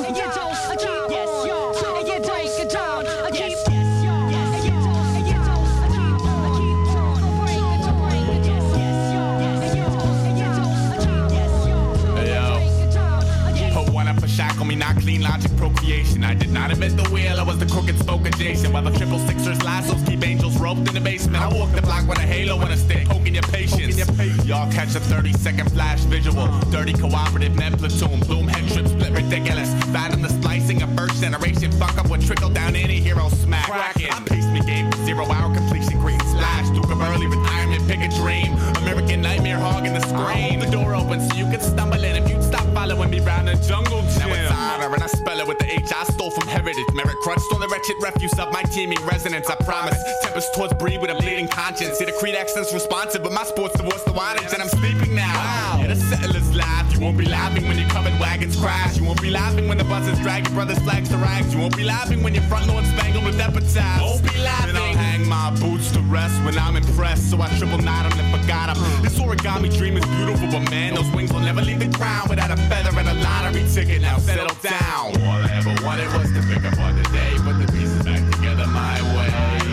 Shackle me, not clean logic procreation. I did not invent the wheel, I was the crooked spoke of Jason. While the triple sixers lassos keep angels roped in the basement. I walk the block with a halo and a stick, poking your patience. Y'all catch a thirty second flash visual. Dirty cooperative med platoon, bloom head trip split ridiculous. Bad in the splicing of first generation. Fuck up what trickle down any hero smack. Cracking. I paced me game for zero hour completion. Green slash, Duke of early retirement, pick a dream. American nightmare hogging the screen. The door opens so you can stumble in if you stop following me round the jungle. Now it's honor and I spell it with the H I stole from heritage. Merit crutched on the wretched refuse of my teeming resonance. I promise. Tempest towards breed with a bleeding conscience. See the creed accent's responsive, but my sports divorce the wattage and I'm sleeping now. Wow. Yeah, the settlers laugh. You won't be laughing when your covered wagons crash. You won't be laughing when the buses drag your brother's flags to rags. You won't be laughing when your front lawn spangled with epitaphs. Won't be laughing. Then I'll hang my boots to rest when I'm impressed. So I triple knot them and forgot them. This origami dream is beautiful, but man, those wings will never leave the ground without a feather and a lottery ticket. Now settle down. All I ever wanted was to pick up on the day, put the pieces back together my way.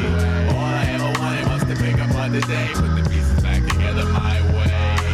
All I ever wanted was to pick up on the day, put the pieces back together my way.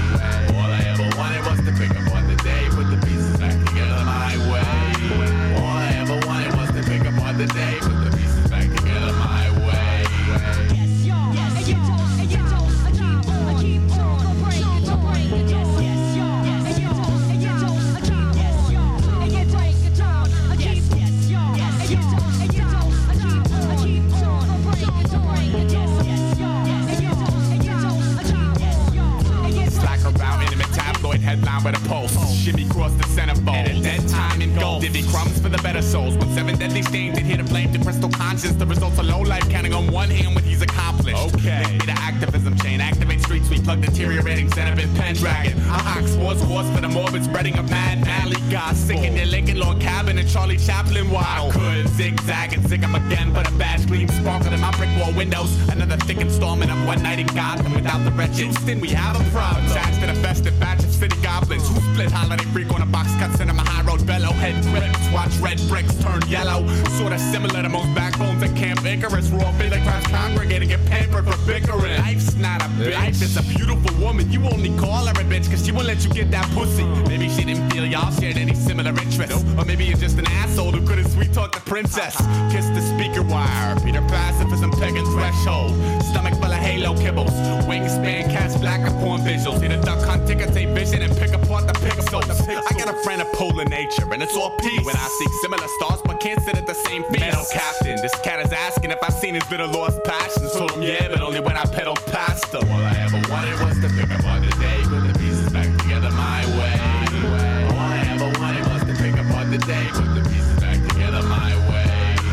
All I ever wanted was to pick up on the day, put the pieces back together my way. All I ever wanted was to pick up on the day, put the pieces back together my way. Yes, y'all. Yes, y'all. And you don't, I keep on, I keep on, don't break it, don't break it. Yes, yes, y'all. Yes, y'all. And you don't, I keep on, yes, y'all. And you break it down, I keep, yes, y'all. And you don't, and you don't, I keep on, I keep on, don't break it, don't break it. Yes, yes, y'all. And you don't, and you don't, I keep, yes, y'all. Slack around intimate tabloid headline with a pulse. Shimmy cross the centerfold. And a dead time in gold. Divvy crumbs for the better souls. When seven deadly stains did here to blame the crystal conscience. The results of low life counting on one hand what he's accomplished. Okay. Link me the activism chain. Activate street sweep. Plug deteriorating Zenobin Pendragon. I ox wars wars for the morbid spreading of mad valley. God sick in their Lincoln Lord cabin and Charlie Chaplin wild. I could zigzag and zig 'em again, but a badge gleam sparkling in my brick wall windows. Another thick installment of One Night in Gotham without the wretched. Houston, we have a problem. Attached to the festive batch of city goblins who split holiday freak on a box cut cinema high road bellow. Head grips, watch red bricks turn yellow. Sorta similar to most backbones at Camp Icarus. Raw Billy crowds congregating get pampered for bickering. Life's not a bitch. Life is a beautiful woman. You only call her a bitch cause she won't let you get that pussy. Maybe she didn't feel y'all shared any similar interests. Or maybe you're just an asshole who couldn't sweet talk the princess. Kiss the speaker wire. Peter pacifism pegging threshold. Stomach full of halo kibbles. Wingspan cast black upon visuals. Hit a duck hunt ticker tape vision and pick apart the pixels. I got a friend of polar nature and it's all peace. When I see similar stars but can't sit at the same feast. Metal captain, this cat is asking if I've seen his little lost passions. Told him yeah, but only when I pedaled past him. All I ever wanted was to pick up on the day, put the pieces back together my way. All I ever wanted was to pick up on the day, put the pieces back together my way.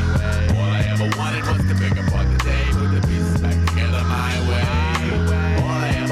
All I ever wanted was to pick up on the day, put the pieces back together my way. All I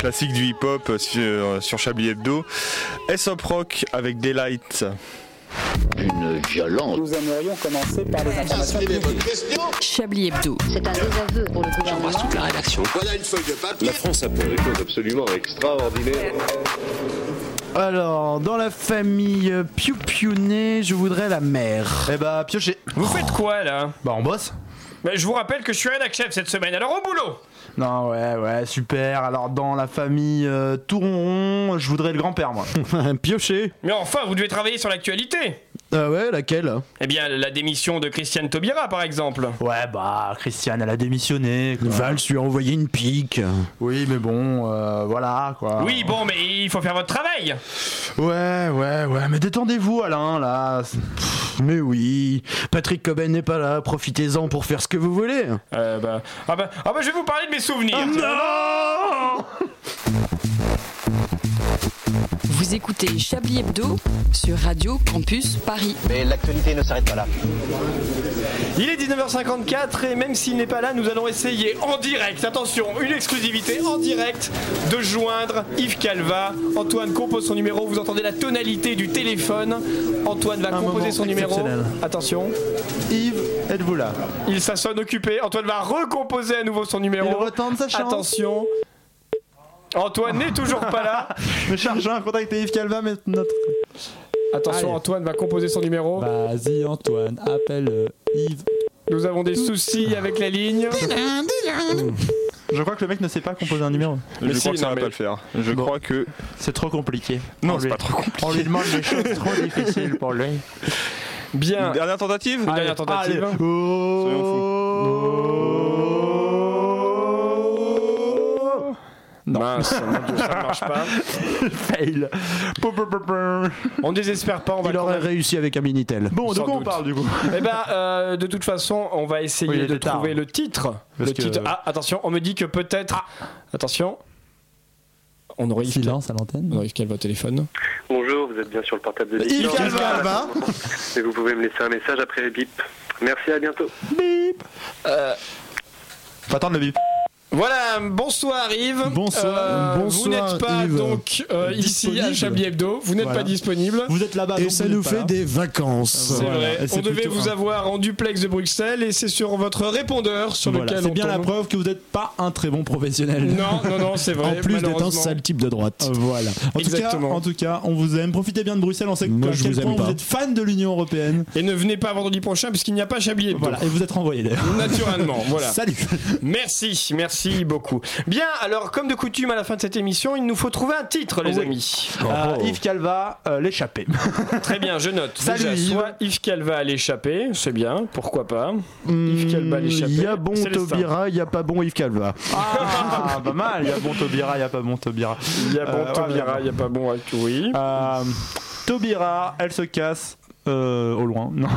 classique du hip-hop sur, sur Chablis Hebdo. Aesop Rock avec Daylight. Une violence. Nous aimerions commencer par les informations publiques. Chablis Hebdo. C'est un désaveu pour le gouvernement. toute la rédaction. Voilà une feuille de papier. La France a fait des choses absolument extraordinaires. Alors, dans la famille Piou-Piounet, je voudrais la mère. Eh bah, piocher. Vous faites quoi là? Bah, on bosse. Bah, je vous rappelle que je suis rédac chef cette semaine, alors au boulot! Non, ouais, ouais, super. Alors, dans la famille euh, Touron, je voudrais le grand-père, moi. Piocher. Mais enfin, vous devez travailler sur l'actualité. Ah ouais, laquelle? Eh bien, la démission de Christiane Taubira, par exemple. Ouais, bah, Christiane, elle a démissionné. Quoi. Valls lui a envoyé une pique. Oui, mais bon, euh, voilà, quoi. Oui, bon, mais il faut faire votre travail. Ouais, ouais, ouais, mais détendez-vous, Alain, là. Mais oui, Patrick Coben n'est pas là, profitez-en pour faire ce que vous voulez. Euh, bah, ah bah, ah bah, je vais vous parler de mes souvenirs. Oh non! Vous écoutez Chablis Hebdo sur Radio Campus Paris. Mais l'actualité ne s'arrête pas là. Il est dix-neuf heures cinquante-quatre et même s'il n'est pas là, nous allons essayer en direct, attention, une exclusivité en direct, de joindre Yves Calva. Antoine compose son numéro, vous entendez la tonalité du téléphone. Antoine va Un composer moment son numéro. exceptionnel. Attention. Yves, êtes-vous là? Il ça sonne occupé. Antoine va recomposer à nouveau son numéro. Il retente sa chance. Attention. Antoine n'est toujours pas là. Me charge un contact avec Yves Calva, mais notre. Attention, Allez. Antoine va composer son numéro. Vas-y Antoine, appelle euh, Yves. Nous avons des soucis avec la ligne. Je crois que le mec ne sait pas composer un numéro. Je si, crois que ça non, va mais- pas le faire. Je Bon. crois que. C'est trop compliqué. Non, On c'est lui- pas trop compliqué. On lui demande des choses trop difficiles pour lui. Bien. Une dernière tentative Une dernière tentative. Allez. Oh. Soyons fous. Non. Mince, mon Dieu, ça ne marche pas. Fail. On désespère pas, on va Il aurait quand même- réussi avec un Minitel. Bon, de Sans quoi on doute. parle du coup? Eh ben, euh, de toute façon, on va essayer Oui, il de était tard. trouver le titre. Parce le que- titre. Ah, attention, on me dit que peut-être. Attention. On aurait Yves Silence à l'antenne. On aurait Yves Calva au téléphone. Bonjour, vous êtes bien sur le portable de Yves l'équipe. Calva. Et vous pouvez me laisser un message après le bip. Merci, à bientôt. Bip. Euh, Faut attendre le bip. Voilà, bonsoir Yves. Bonsoir. Euh, Vous Bonsoir, n'êtes pas Yves. donc euh, ici à Disponible. Chablis Hebdo. Vous n'êtes Voilà. pas disponible. Vous êtes là-bas. Et donc ça vous nous n'êtes pas fait là. des vacances. C'est Voilà. vrai. Et c'est On devait plutôt vous un- avoir en duplex de Bruxelles et c'est sur votre répondeur sur Voilà, lequel c'est on bien la tombe. preuve que vous n'êtes pas un très bon professionnel. Non, non, non, c'est vrai. En plus d'être un malheureusement. sale type de droite. Euh, Voilà. En tout, cas, Exactement. en tout cas, on vous aime. Profitez bien de Bruxelles. On sait Moi, à je quel vous point aime pas. vous êtes fan de l'Union Européenne. Et ne venez pas vendredi prochain puisqu'il n'y a pas Chablis Hebdo. Voilà. Et vous êtes renvoyé d'ailleurs. Naturellement, voilà. Salut. Merci, merci beaucoup. Bien, alors comme de coutume à la fin de cette émission, il nous faut trouver un titre, les Oui. amis. Euh, Yves Calva, euh, l'échappée. Très bien, je note. Salut, Déjà, Yves. soit Yves Calva à l'échappée, c'est bien, pourquoi pas. Yves Calva à l'échappée. Il y a bon Célestin. Taubira, il y a pas bon Yves Calva. Ah, pas mal. Il y a bon Taubira, il y a pas bon Taubira. Il y a bon Euh, Taubira, voilà. il y a pas bon. Oui. Euh, Taubira, elle se casse euh, au loin. Non.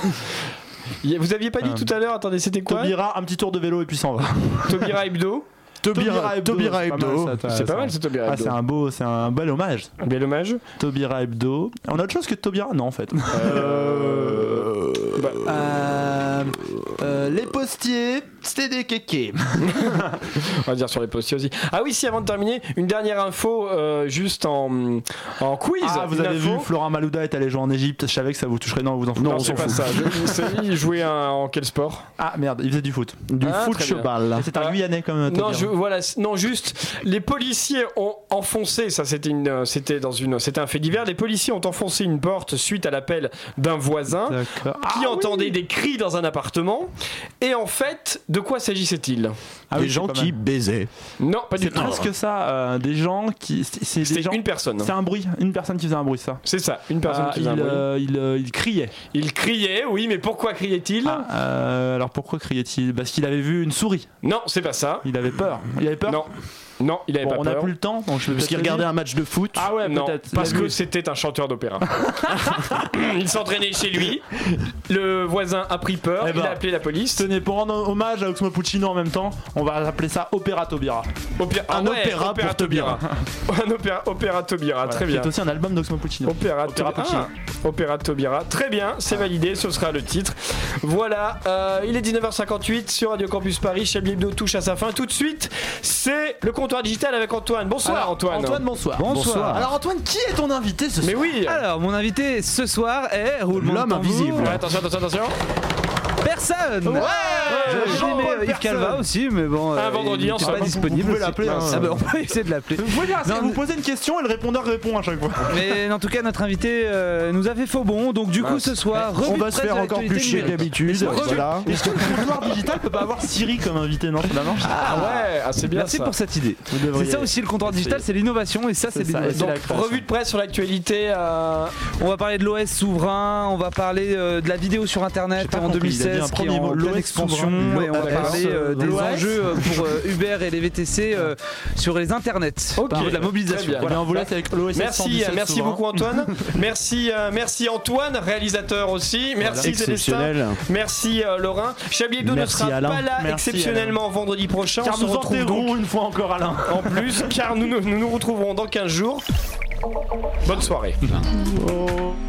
Il y a- Vous aviez pas dit Euh, tout à l'heure, attendez, c'était quoi Taubira, un petit tour de vélo et puis s'en va. Taubira Hebdo. Taubira Taubira c'est pas Hebdo. mal, ça, C'est pas mal, c'est Taubira Ah, Hebdo. c'est un beau, c'est un bel hommage. Un bel hommage. Taubira Hebdo. On a autre chose que Taubira? Non, en fait. Euh... bah, Euh, euh, les postiers, c'était des kékés. on va dire sur les postiers aussi. Ah oui, si, avant de terminer, une dernière info, euh, juste en, en quiz. Ah, vous Une avez info. vu, Florent Malouda est allé jouer en Égypte. Je savais que ça vous toucherait. Non, vous en foutez. Non, on c'est s'en pas fout. ça. Je, c'est- il jouait un- en quel sport? Ah merde, il faisait du foot. Du Ah, foot très bien. cheval. C'est un Ah. Guyanais comme Non, Taubira. je, voilà, c- non, juste les policiers ont enfoncé. Ça, c'était une, euh, c'était dans une, c'était un fait divers. Les policiers ont enfoncé une porte suite à l'appel d'un voisin D'accord. qui Ah, entendait oui. des cris dans un appartement. Et en fait, de quoi s'agissait-il? Ah Des oui, gens c'est pas qui mal. baisaient. Non, pas du C'est tout. presque ça. euh, des gens qui. C'est c'est des C'était gens. une personne. C'est un bruit. Une personne qui faisait un bruit, ça. C'est ça, une personne Ah, qui il, faisait un bruit. euh, il, euh, il criait. Il criait, oui, mais pourquoi criait-il? Ah, euh, alors pourquoi criait-il? Parce qu'il avait vu une souris. Non, c'est pas ça. Il avait peur. Il avait peur. Non, non, il avait Bon, pas on peur. n'a plus le temps, donc je vais Parce qu'il peut-être regardait le un match de foot. dire. Ah ouais, Non, peut-être. parce Il a que vu. c'était un chanteur d'opéra. Il s'entraînait chez lui. Le voisin a pris peur. Eh il ben, a appelé la police. Tenez, pour rendre hommage à Oxmo Puccino en même temps, on va appeler ça Opéra Taubira. Opéra- Un ah ouais, opéra pour Taubira. un opéra, opéra Taubira, Voilà, très qui bien. est aussi un album d'Oxmo Puccino. Opéra, Opéra Taubira. Puccino. Ah, Opéra Taubira. Très bien, c'est validé, ce sera le titre. Voilà, euh, il est dix-neuf heures cinquante-huit sur Radio Campus Paris. Chablis Hebdo touche à sa fin. Tout de suite, c'est le concert. comptoir digital avec Antoine. Bonsoir Alors, Antoine. Antoine, bonsoir. Bonsoir. Alors Antoine, qui est ton invité ce soir? Mais oui. Alors, mon invité ce soir est roulement de L'homme tambour. invisible. Ouais, attention, attention, attention. Personne. Ouais, J'aurais Jean-Paul aimé Yves Personne. Calva aussi, mais bon. Un euh, vendredi, il on était sera pas pas- disponible. vous pouvez aussi. l'appeler, hein. Ah bah, on peut essayer de l'appeler. Vous pouvez dire, Non, vous mais- posez une question et le répondeur répond à chaque fois. Mais en tout cas, notre invité euh, nous a fait faux bon. Donc, du coup, ce soir, On revue va de se presse faire de encore l'actualité plus chier numérique. d'habitude. Voilà. Est-ce que le comptoir digital peut pas avoir Siri comme invité? Non, finalement. Ah ouais, ah, c'est bien Merci ça. pour cette idée. C'est devriez ça aussi le comptoir digital, c'est l'innovation et ça c'est C'est ça, l'innovation. et Donc, c'est la création. revue de presse sur l'actualité. euh, On va parler de l'O S souverain, on va parler euh, de la vidéo sur internet J'ai pas en compris, il a dit deux mille seize un qui est premier en mot, pleine l'O S expansion souverain. et on va L'O S, parler euh, des l'O S. enjeux euh, pour euh, Uber et les V T C euh, sur les internets, Ok, par de la très mobilisation. bien. Voilà, on vous laisse avec l'O S. Merci, merci beaucoup Antoine. merci, euh, merci Antoine, réalisateur aussi. Merci Célestin. Exceptionnel. Merci euh, Laurent. Chablis Hebdo ne Merci, sera Alain. pas là Merci, exceptionnellement vendredi prochain. Car On se nous retrouve enterrons donc une fois encore Alain. en plus, car nous nous, nous nous retrouverons dans quinze jours. Bonne soirée.